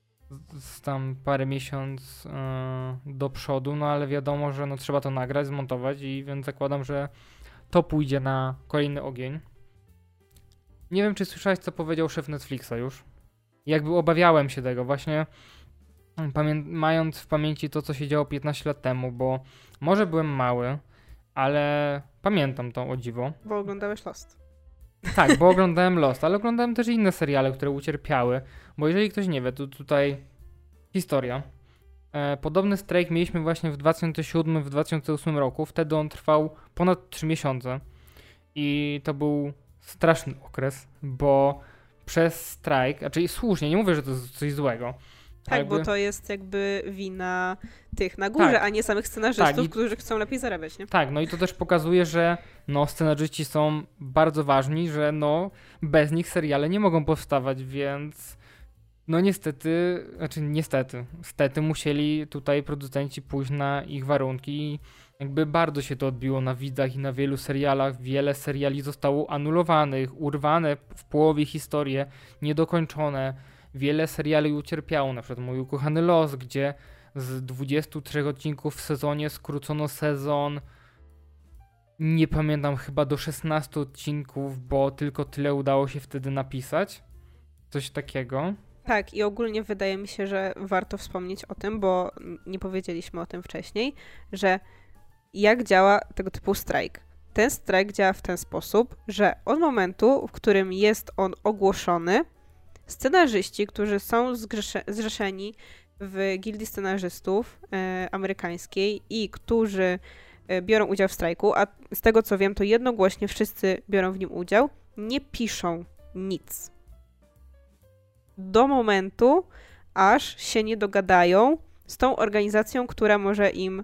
parę miesiąc do przodu, no ale wiadomo, że trzeba to nagrać, zmontować i więc zakładam, że to pójdzie na kolejny ogień. Nie wiem, czy słyszałeś, co powiedział szef Netflixa już. Jakby obawiałem się tego właśnie, mając w pamięci to, co się działo 15 lat temu, bo może byłem mały, ale pamiętam to o dziwo. Bo oglądałeś Lost. Tak, bo oglądałem Lost, ale oglądałem też inne seriale, które ucierpiały, bo jeżeli ktoś nie wie, to tutaj historia. Podobny strajk mieliśmy właśnie w 2007, w 2008 roku, wtedy on trwał ponad 3 miesiące i to był straszny okres, bo przez strajk, znaczy słusznie, nie mówię, że to jest coś złego. Tak, bo to jest jakby wina tych na górze, tak, a nie samych scenarzystów, którzy chcą lepiej zarabiać, nie? Tak, no i to też pokazuje, że scenarzyści są bardzo ważni, że bez nich seriale nie mogą powstawać, więc No niestety, stety musieli tutaj producenci pójść na ich warunki i jakby bardzo się to odbiło na widzach i na wielu serialach. Wiele seriali zostało anulowanych, urwane w połowie historie, niedokończone. Wiele seriali ucierpiało, na przykład Mój ukochany los, gdzie z 23 odcinków w sezonie skrócono sezon, nie pamiętam, chyba do 16 odcinków, bo tylko tyle udało się wtedy napisać. Coś takiego. Tak, i ogólnie wydaje mi się, że warto wspomnieć o tym, bo nie powiedzieliśmy o tym wcześniej, że jak działa tego typu strajk. Ten strajk działa w ten sposób, że od momentu, w którym jest on ogłoszony, scenarzyści, którzy są zrzeszeni w gildii scenarzystów amerykańskiej i którzy biorą udział w strajku, a z tego co wiem, to jednogłośnie wszyscy biorą w nim udział, nie piszą nic. Do momentu, aż się nie dogadają z tą organizacją, która może im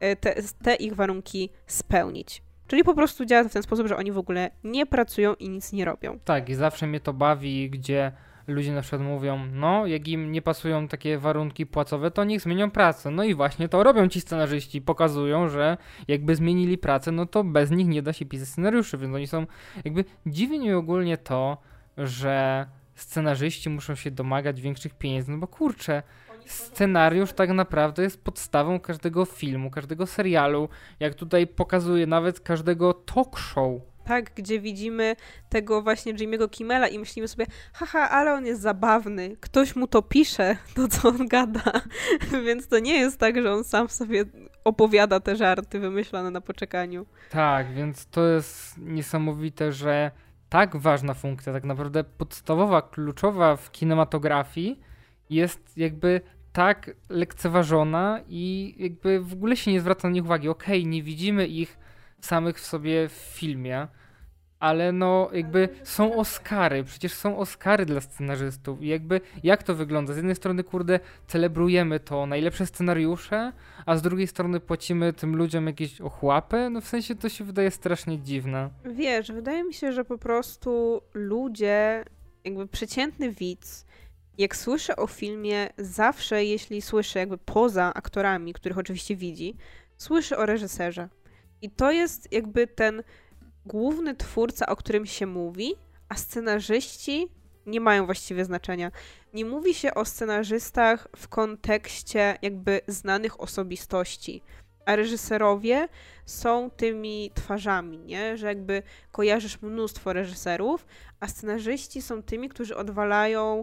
te ich warunki spełnić. Czyli po prostu działa to w ten sposób, że oni w ogóle nie pracują i nic nie robią. Tak, i zawsze mnie to bawi, gdzie ludzie na przykład mówią, no jak im nie pasują takie warunki płacowe, to niech zmienią pracę. No i właśnie to robią ci scenarzyści, pokazują, że jakby zmienili pracę, no to bez nich nie da się pisać scenariuszy, więc oni są jakby, dziwi mnie ogólnie to, że scenarzyści muszą się domagać większych pieniędzy, no bo kurczę, scenariusz tak naprawdę jest podstawą każdego filmu, każdego serialu, jak tutaj pokazuje nawet każdego talk show. Tak, gdzie widzimy tego właśnie Jimmy'ego Kimmela i myślimy sobie, haha, ale on jest zabawny, ktoś mu to pisze, to co on gada, więc to nie jest tak, że on sam sobie opowiada te żarty wymyślone na poczekaniu. Tak, więc to jest niesamowite, że tak ważna funkcja, tak naprawdę podstawowa, kluczowa w kinematografii jest jakby tak lekceważona i jakby w ogóle się nie zwraca na nich uwagi. Okej, nie widzimy ich samych w sobie w filmie, ale no jakby są Oscary, przecież są Oscary dla scenarzystów i jakby jak to wygląda? Z jednej strony kurde celebrujemy to najlepsze scenariusze, a z drugiej strony płacimy tym ludziom jakieś ochłapy, no w sensie to się wydaje strasznie dziwne. Wiesz, wydaje mi się, że po prostu ludzie, jakby przeciętny widz, jak słyszy o filmie, zawsze jeśli słyszy jakby poza aktorami, których oczywiście widzi, słyszy o reżyserze. I to jest jakby ten główny twórca, o którym się mówi, a scenarzyści nie mają właściwie znaczenia. Nie mówi się o scenarzystach w kontekście jakby znanych osobistości, a reżyserowie są tymi twarzami, nie? Że jakby kojarzysz mnóstwo reżyserów, a scenarzyści są tymi, którzy odwalają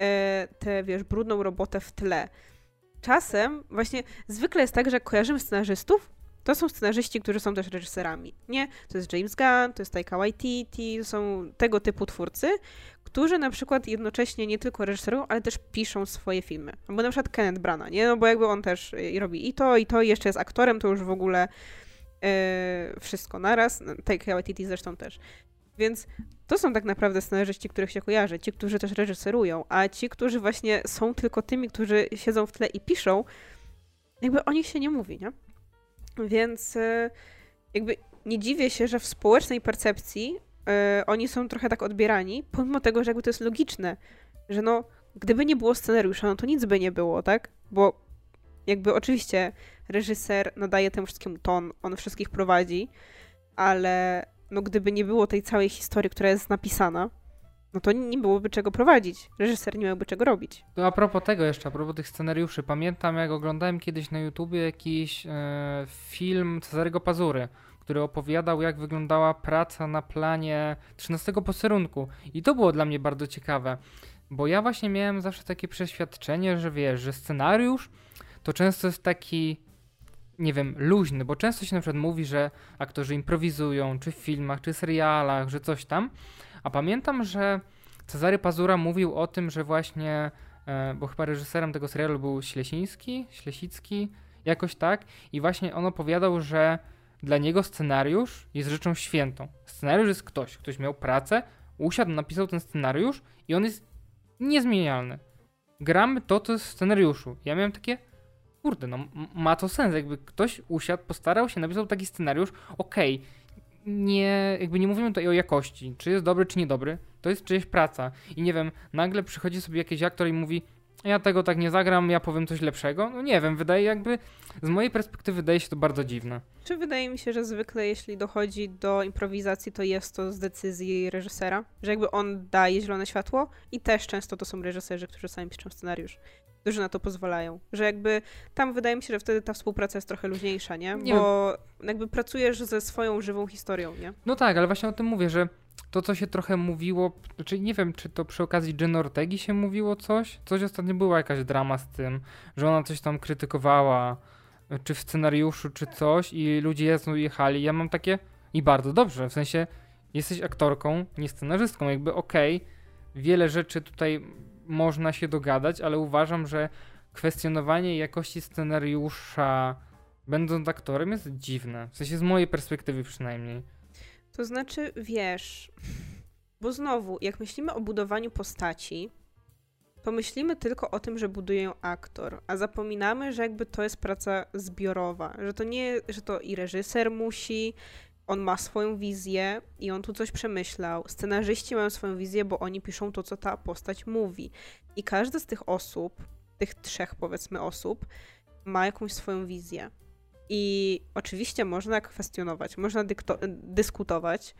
tę, wiesz, brudną robotę w tle. Czasem właśnie zwykle jest tak, że jak kojarzymy scenarzystów, to są scenarzyści, którzy są też reżyserami, nie? To jest James Gunn, to jest Taika Waititi, to są tego typu twórcy, którzy na przykład jednocześnie nie tylko reżyserują, ale też piszą swoje filmy. Albo na przykład Kenneth Branagh, nie? No bo jakby on też robi i to, jeszcze jest aktorem, to już w ogóle wszystko naraz. Taika Waititi zresztą też. Więc to są tak naprawdę scenarzyści, których się kojarzy. Ci, którzy też reżyserują, a ci, którzy właśnie są tylko tymi, którzy siedzą w tle i piszą, jakby o nich się nie mówi, nie? Więc jakby nie dziwię się, że w społecznej percepcji oni są trochę tak odbierani, pomimo tego, że jakby to jest logiczne, że no, gdyby nie było scenariusza, no to nic by nie było, tak? Bo jakby oczywiście reżyser nadaje temu wszystkiemu ton, on wszystkich prowadzi, ale no gdyby nie było tej całej historii, która jest napisana, no to nie byłoby czego prowadzić. Reżyser nie miałby czego robić. To a propos tego jeszcze, a propos tych scenariuszy, pamiętam jak oglądałem kiedyś na YouTubie jakiś film Cezarego Pazury, który opowiadał jak wyglądała praca na planie 13 posterunku i to było dla mnie bardzo ciekawe, bo ja właśnie miałem zawsze takie przeświadczenie, że wiesz, że scenariusz to często jest taki, nie wiem, luźny, bo często się na przykład mówi, że aktorzy improwizują, czy w filmach, czy serialach, że coś tam. A pamiętam, że Cezary Pazura mówił o tym, że właśnie, bo chyba reżyserem tego serialu był Ślesicki, jakoś tak. I właśnie on opowiadał, że dla niego scenariusz jest rzeczą świętą. Scenariusz jest ktoś miał pracę, usiadł, napisał ten scenariusz i on jest niezmienialny. Gramy to jest w scenariuszu. Ja miałem takie, kurde, no ma to sens, jakby ktoś usiadł, postarał się, napisał taki scenariusz, okej, nie, jakby nie mówimy tutaj o jakości, czy jest dobry, czy niedobry, to jest czyjaś praca. I nie wiem, nagle przychodzi sobie jakiś aktor i mówi, ja tego tak nie zagram, ja powiem coś lepszego. No nie wiem, z mojej perspektywy wydaje się to bardzo dziwne. Czy wydaje mi się, że zwykle jeśli dochodzi do improwizacji, to jest to z decyzji reżysera, że jakby on daje zielone światło i też często to są reżyserzy, którzy sami piszą scenariusz, którzy na to pozwalają. Że jakby tam wydaje mi się, że wtedy ta współpraca jest trochę luźniejsza, nie? Bo jakby pracujesz ze swoją żywą historią, nie? No tak, ale właśnie o tym mówię, że to, co się trochę mówiło, znaczy nie wiem, czy to przy okazji Jenny Ortegi się mówiło coś ostatnio była jakaś drama z tym, że ona coś tam krytykowała, czy w scenariuszu, czy coś i ludzie jechali. Ja mam takie, i bardzo dobrze, w sensie jesteś aktorką, nie scenarzystką, jakby okej, wiele rzeczy tutaj można się dogadać, ale uważam, że kwestionowanie jakości scenariusza będąc aktorem jest dziwne, w sensie z mojej perspektywy przynajmniej. To znaczy, wiesz, bo znowu, jak myślimy o budowaniu postaci, to myślimy tylko o tym, że buduje ją aktor, a zapominamy, że jakby to jest praca zbiorowa, że to nie, że to i reżyser musi, on ma swoją wizję i on tu coś przemyślał. Scenarzyści mają swoją wizję, bo oni piszą to, co ta postać mówi. I każda z tych osób, tych 3 powiedzmy osób, ma jakąś swoją wizję. I oczywiście można kwestionować, można dyskutować,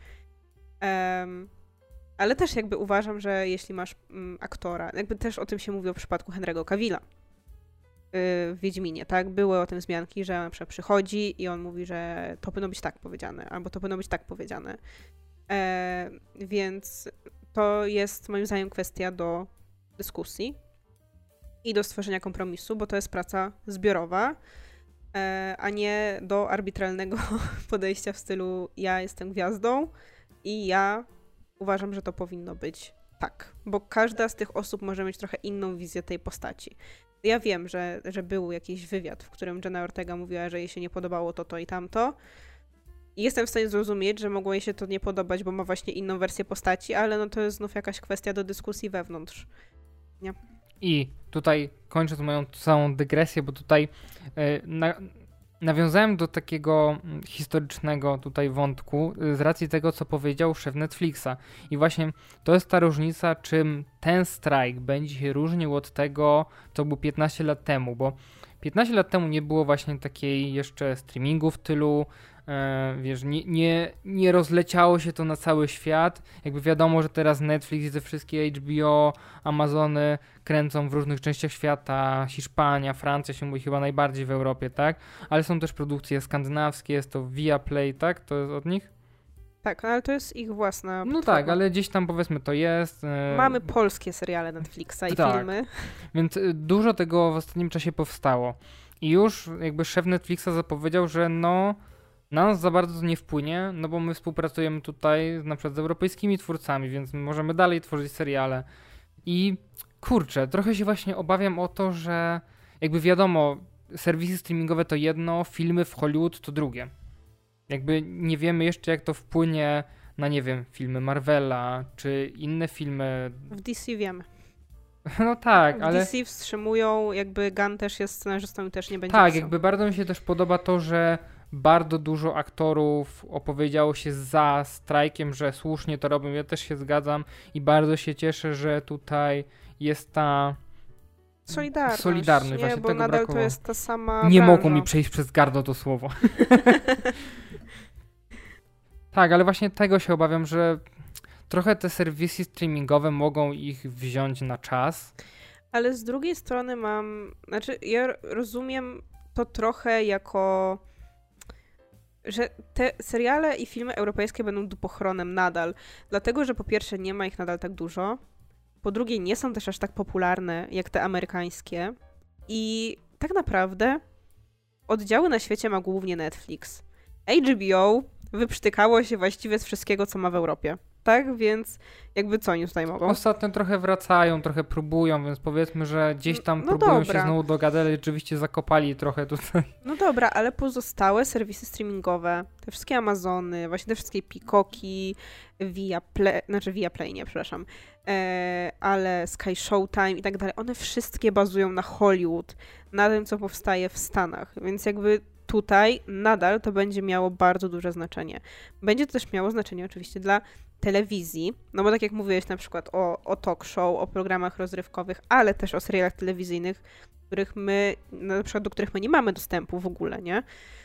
ale też jakby uważam, że jeśli masz aktora, jakby też o tym się mówi w przypadku Henry'ego Cavilla w Wiedźminie, tak? Były o tym wzmianki, że na przykład przychodzi i on mówi, że to powinno być tak powiedziane, albo to powinno być tak powiedziane. Więc to jest moim zdaniem kwestia do dyskusji i do stworzenia kompromisu, bo to jest praca zbiorowa, a nie do arbitralnego podejścia w stylu ja jestem gwiazdą i ja uważam, że to powinno być tak, bo każda z tych osób może mieć trochę inną wizję tej postaci. Ja wiem, że był jakiś wywiad, w którym Jenna Ortega mówiła, że jej się nie podobało to i tamto. I jestem w stanie zrozumieć, że mogło jej się to nie podobać, bo ma właśnie inną wersję postaci, ale no to jest znów jakaś kwestia do dyskusji wewnątrz. Nie? I tutaj kończę moją całą dygresję, bo tutaj nawiązałem do takiego historycznego tutaj wątku z racji tego, co powiedział szef Netflixa. I właśnie to jest ta różnica, czym ten strajk będzie się różnił od tego, co było 15 lat temu, bo 15 lat temu nie było właśnie takiej jeszcze streamingu w tylu, wiesz, nie rozleciało się to na cały świat. Jakby wiadomo, że teraz Netflix i te wszystkie HBO, Amazony kręcą w różnych częściach świata, Hiszpania, Francja się mówi chyba najbardziej w Europie, tak? Ale są też produkcje skandynawskie, jest to Viaplay, tak? To jest od nich? Tak, ale to jest ich własna No tak, ale gdzieś tam powiedzmy to jest. Mamy polskie seriale Netflixa i tak. filmy. Więc dużo tego w ostatnim czasie powstało. I już jakby szef Netflixa zapowiedział, że no na nas za bardzo to nie wpłynie, no bo my współpracujemy tutaj na przykład z europejskimi twórcami, więc możemy dalej tworzyć seriale. I kurczę, trochę się właśnie obawiam o to, że jakby wiadomo, serwisy streamingowe to jedno, filmy w Hollywood to drugie. Jakby nie wiemy jeszcze, jak to wpłynie na, nie wiem, filmy Marvela, czy inne filmy. W DC wiemy. No tak, ale... W DC wstrzymują, jakby Gunn też jest scenarzystą i też nie będzie Tak, pisał. jakby bardzo mi się też podoba to, że bardzo dużo aktorów opowiedziało się za strajkiem, że słusznie to robią, ja też się zgadzam i bardzo się cieszę, że tutaj jest ta solidarność nie, właśnie bo tego nadal brakowało. to jest ta sama Nie branża. mogło mi przejść przez gardło to słowo. Tak, ale właśnie tego się obawiam, że trochę te serwisy streamingowe mogą ich wziąć na czas. Ale z drugiej strony ja rozumiem to trochę jako, że te seriale i filmy europejskie będą dupochronem nadal, dlatego, że po pierwsze nie ma ich nadal tak dużo, po drugie nie są też aż tak popularne jak te amerykańskie i tak naprawdę oddziały na świecie ma głównie Netflix. HBO wyprztykało się właściwie z wszystkiego, co ma w Europie. Tak, więc jakby co oni tutaj mogą? Ostatnio trochę wracają, trochę próbują, więc powiedzmy, że gdzieś tam próbują się znowu dogadać, ale rzeczywiście zakopali trochę tutaj. No dobra, ale pozostałe serwisy streamingowe, te wszystkie Amazony, właśnie te wszystkie Peacocki, Viaplay, nie, przepraszam, ale Sky Showtime i tak dalej, one wszystkie bazują na Hollywood, na tym, co powstaje w Stanach, więc jakby tutaj nadal to będzie miało bardzo duże znaczenie. Będzie to też miało znaczenie oczywiście dla telewizji, no bo tak jak mówiłeś na przykład o talk show, o programach rozrywkowych, ale też o serialach telewizyjnych, których my, na przykład do których my nie mamy dostępu w ogóle, nie?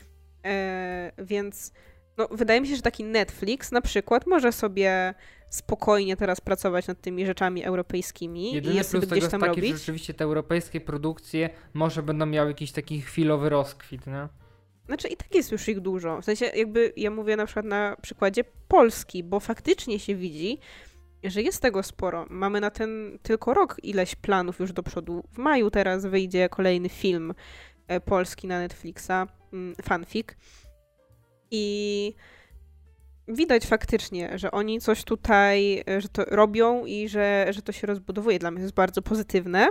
Więc no, wydaje mi się, że taki Netflix na przykład może sobie spokojnie teraz pracować nad tymi rzeczami europejskimi Jedyny i je sobie plus gdzieś tego tam jest taki, robić. że rzeczywiście te europejskie produkcje może będą miały jakiś taki chwilowy rozkwit, nie? Znaczy i tak jest już ich dużo. W sensie jakby ja mówię na przykład na przykładzie Polski, bo faktycznie się widzi, że jest tego sporo. Mamy na ten tylko rok ileś planów już do przodu. W maju teraz wyjdzie kolejny film polski na Netflixa, Fanfic. I widać faktycznie, że oni coś tutaj, że to robią i że to się rozbudowuje. Dla mnie to jest bardzo pozytywne.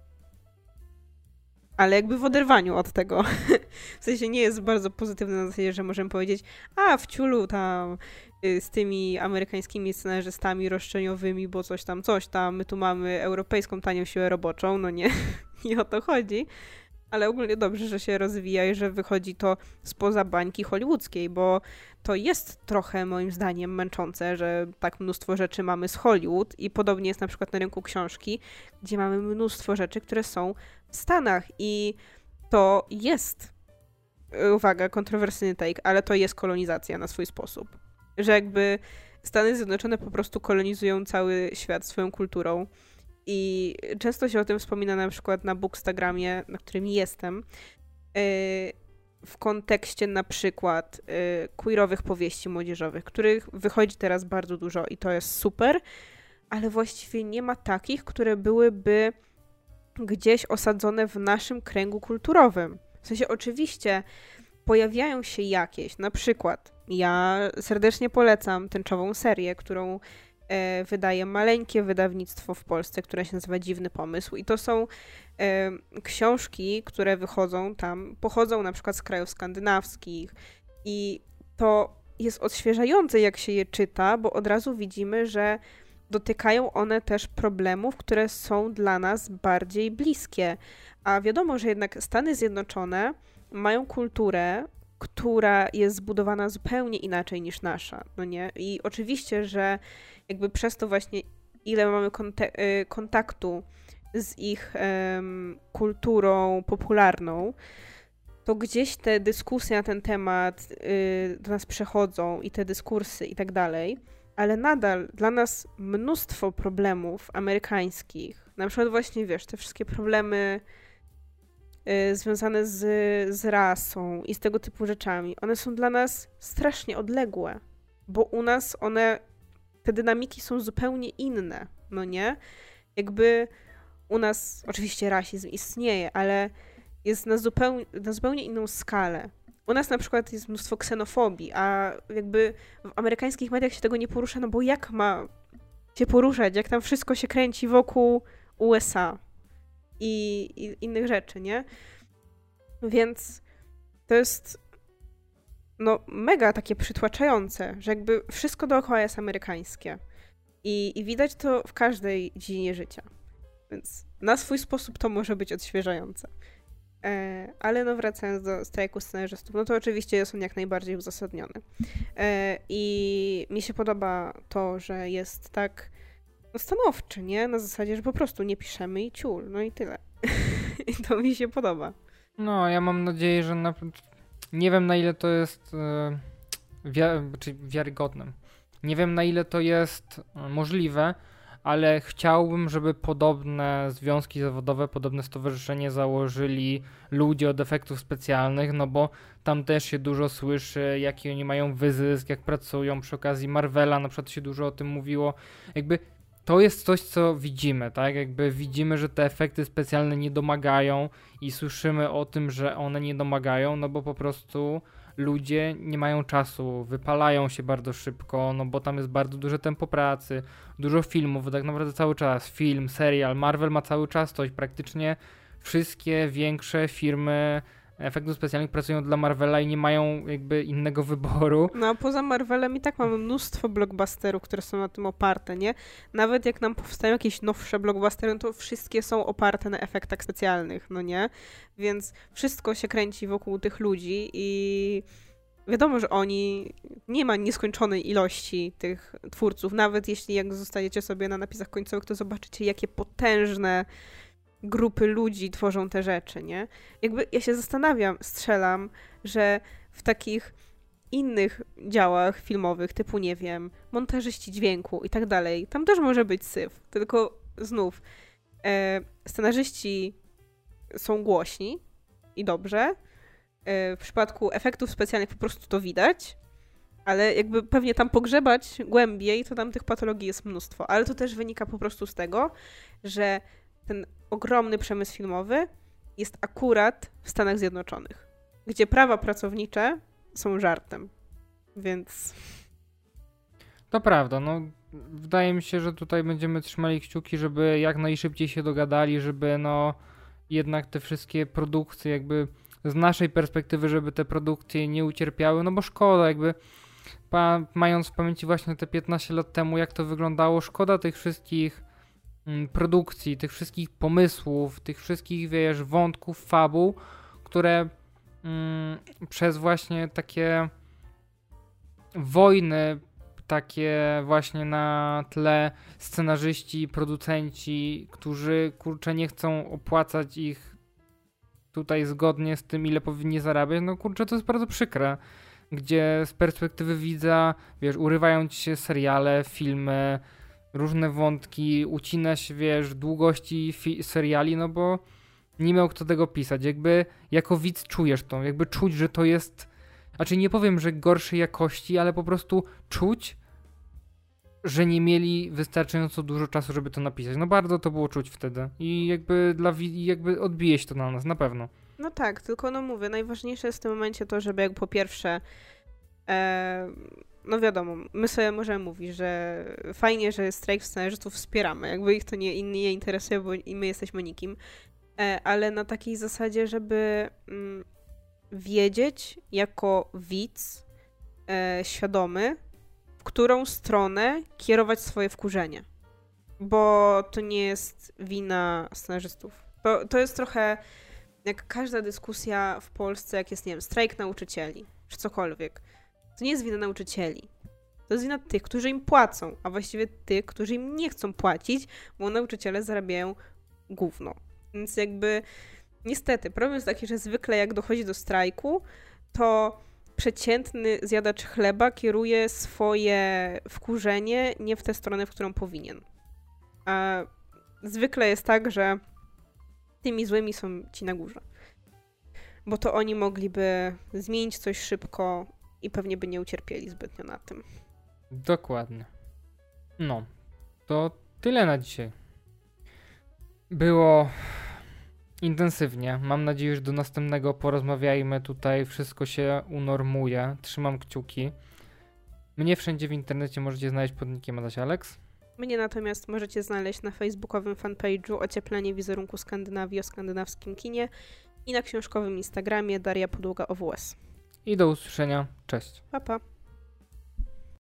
Ale jakby w oderwaniu od tego. W sensie nie jest bardzo pozytywne na zasadzie, że możemy powiedzieć, a w ciulu tam z tymi amerykańskimi scenarzystami roszczeniowymi, bo coś tam, my tu mamy europejską tanią siłę roboczą, no nie, nie o to chodzi. Ale ogólnie dobrze, że się rozwija i że wychodzi to spoza bańki hollywoodzkiej, bo to jest trochę moim zdaniem męczące, że tak mnóstwo rzeczy mamy z Hollywood i podobnie jest na przykład na rynku książki, gdzie mamy mnóstwo rzeczy, które są w Stanach i to jest, uwaga, kontrowersyjny take, ale to jest kolonizacja na swój sposób. Że jakby Stany Zjednoczone po prostu kolonizują cały świat swoją kulturą. I często się o tym wspomina na przykład na Bookstagramie, na którym jestem, w kontekście na przykład queerowych powieści młodzieżowych, których wychodzi teraz bardzo dużo i to jest super, ale właściwie nie ma takich, które byłyby gdzieś osadzone w naszym kręgu kulturowym. W sensie oczywiście pojawiają się jakieś, na przykład ja serdecznie polecam tęczową serię, którą wydaje maleńkie wydawnictwo w Polsce, które się nazywa Dziwny Pomysł i to są książki, które wychodzą tam, pochodzą na przykład z krajów skandynawskich i to jest odświeżające, jak się je czyta, bo od razu widzimy, że dotykają one też problemów, które są dla nas bardziej bliskie. A wiadomo, że jednak Stany Zjednoczone mają kulturę, która jest zbudowana zupełnie inaczej niż nasza, no nie? I oczywiście, że jakby przez to właśnie ile mamy kontaktu z ich kulturą popularną, to gdzieś te dyskusje na ten temat do nas przechodzą i te dyskursy i tak dalej, ale nadal dla nas mnóstwo problemów amerykańskich, na przykład właśnie, wiesz, te wszystkie problemy związane z rasą i z tego typu rzeczami, one są dla nas strasznie odległe, bo u nas te dynamiki są zupełnie inne, no nie? Jakby u nas oczywiście rasizm istnieje, ale jest na zupełnie inną skalę. U nas na przykład jest mnóstwo ksenofobii, a jakby w amerykańskich mediach się tego nie porusza, no bo jak ma się poruszać, jak tam wszystko się kręci wokół USA i innych rzeczy, nie? Więc to jest no mega takie przytłaczające, że jakby wszystko dookoła jest amerykańskie. I widać to w każdej dziedzinie życia. Więc na swój sposób to może być odświeżające. Ale no wracając do strajku scenarzystów, no to oczywiście jest on jak najbardziej uzasadniony. I mi się podoba to, że jest tak stanowczy, nie? Na zasadzie, że po prostu nie piszemy i ciul, no i tyle. I to mi się podoba. No, ja mam nadzieję, że nie wiem na ile to jest wiarygodne. Nie wiem na ile to jest możliwe, ale chciałbym, żeby podobne związki zawodowe, podobne stowarzyszenie założyli ludzie od efektów specjalnych, no bo tam też się dużo słyszy, jaki oni mają wyzysk, jak pracują. Przy okazji Marvela na przykład się dużo o tym mówiło. Jakby to jest coś, co widzimy, tak? Jakby widzimy, że te efekty specjalne nie domagają i słyszymy o tym, że one nie domagają, no bo po prostu ludzie nie mają czasu, wypalają się bardzo szybko, no bo tam jest bardzo duże tempo pracy, dużo filmów, tak naprawdę cały czas, film, serial, Marvel ma cały czas coś, praktycznie wszystkie większe firmy efektów specjalnych pracują dla Marvela i nie mają jakby innego wyboru. No a poza Marvelem i tak mamy mnóstwo blockbusterów, które są na tym oparte, nie? Nawet jak nam powstają jakieś nowsze blockbustery, no to wszystkie są oparte na efektach specjalnych, no nie? Więc wszystko się kręci wokół tych ludzi i wiadomo, że nie ma nieskończonej ilości tych twórców. Nawet jeśli jak zostajecie sobie na napisach końcowych, to zobaczycie, jakie potężne grupy ludzi tworzą te rzeczy, nie? Jakby ja się zastanawiam, strzelam, że w takich innych działach filmowych, typu, nie wiem, montażyści dźwięku i tak dalej, tam też może być syf. Tylko znów, scenarzyści są głośni i dobrze. W przypadku efektów specjalnych po prostu to widać, ale jakby pewnie tam pogrzebać głębiej, to tam tych patologii jest mnóstwo. Ale to też wynika po prostu z tego, że ten ogromny przemysł filmowy jest akurat w Stanach Zjednoczonych, gdzie prawa pracownicze są żartem. Więc... To prawda, no wydaje mi się, że tutaj będziemy trzymali kciuki, żeby jak najszybciej się dogadali, żeby no jednak te wszystkie produkcje jakby z naszej perspektywy, żeby te produkcje nie ucierpiały, no bo szkoda jakby mając w pamięci właśnie te 15 lat temu, jak to wyglądało, szkoda tych wszystkich produkcji, tych wszystkich pomysłów, tych wszystkich, wiesz, wątków, fabuł, które przez właśnie takie wojny, takie właśnie na tle scenarzyści, producenci, którzy, kurczę, nie chcą opłacać ich tutaj zgodnie z tym, ile powinni zarabiać, no kurczę, to jest bardzo przykre, gdzie z perspektywy widza, wiesz, urywają ci się seriale, filmy, różne wątki, ucina się, wiesz, długości seriali, no bo nie miał kto tego pisać. Jakby jako widz czujesz to, jakby czuć, że to jest, znaczy nie powiem, że gorszej jakości, ale po prostu czuć, że nie mieli wystarczająco dużo czasu, żeby to napisać. No bardzo to było czuć wtedy i jakby odbije się to na nas, na pewno. No tak, tylko no mówię, najważniejsze jest w tym momencie to, żeby jak po pierwsze no wiadomo, my sobie możemy mówić, że fajnie, że strajk scenarzystów wspieramy, jakby ich to nie interesuje, bo i my jesteśmy nikim, ale na takiej zasadzie, żeby wiedzieć jako widz świadomy, w którą stronę kierować swoje wkurzenie. Bo to nie jest wina scenarzystów. To jest trochę jak każda dyskusja w Polsce, jak jest, nie wiem, strajk nauczycieli, czy cokolwiek. To nie jest wina nauczycieli. To jest wina tych, którzy im płacą, a właściwie tych, którzy im nie chcą płacić, bo nauczyciele zarabiają gówno. Więc jakby niestety problem jest taki, że zwykle jak dochodzi do strajku, to przeciętny zjadacz chleba kieruje swoje wkurzenie nie w tę stronę, w którą powinien. A zwykle jest tak, że tymi złymi są ci na górze. Bo to oni mogliby zmienić coś szybko i pewnie by nie ucierpieli zbytnio na tym. Dokładnie. No, to tyle na dzisiaj. Było intensywnie. Mam nadzieję, że do następnego porozmawiajmy. Tutaj wszystko się unormuje. Trzymam kciuki. Mnie wszędzie w internecie możecie znaleźć pod nickiem Adaś Alex. Mnie natomiast możecie znaleźć na facebookowym fanpage'u Ocieplenie wizerunku Skandynawii o skandynawskim kinie i na książkowym Instagramie Daria Podłoga OWS. I do usłyszenia. Cześć. Pa, pa.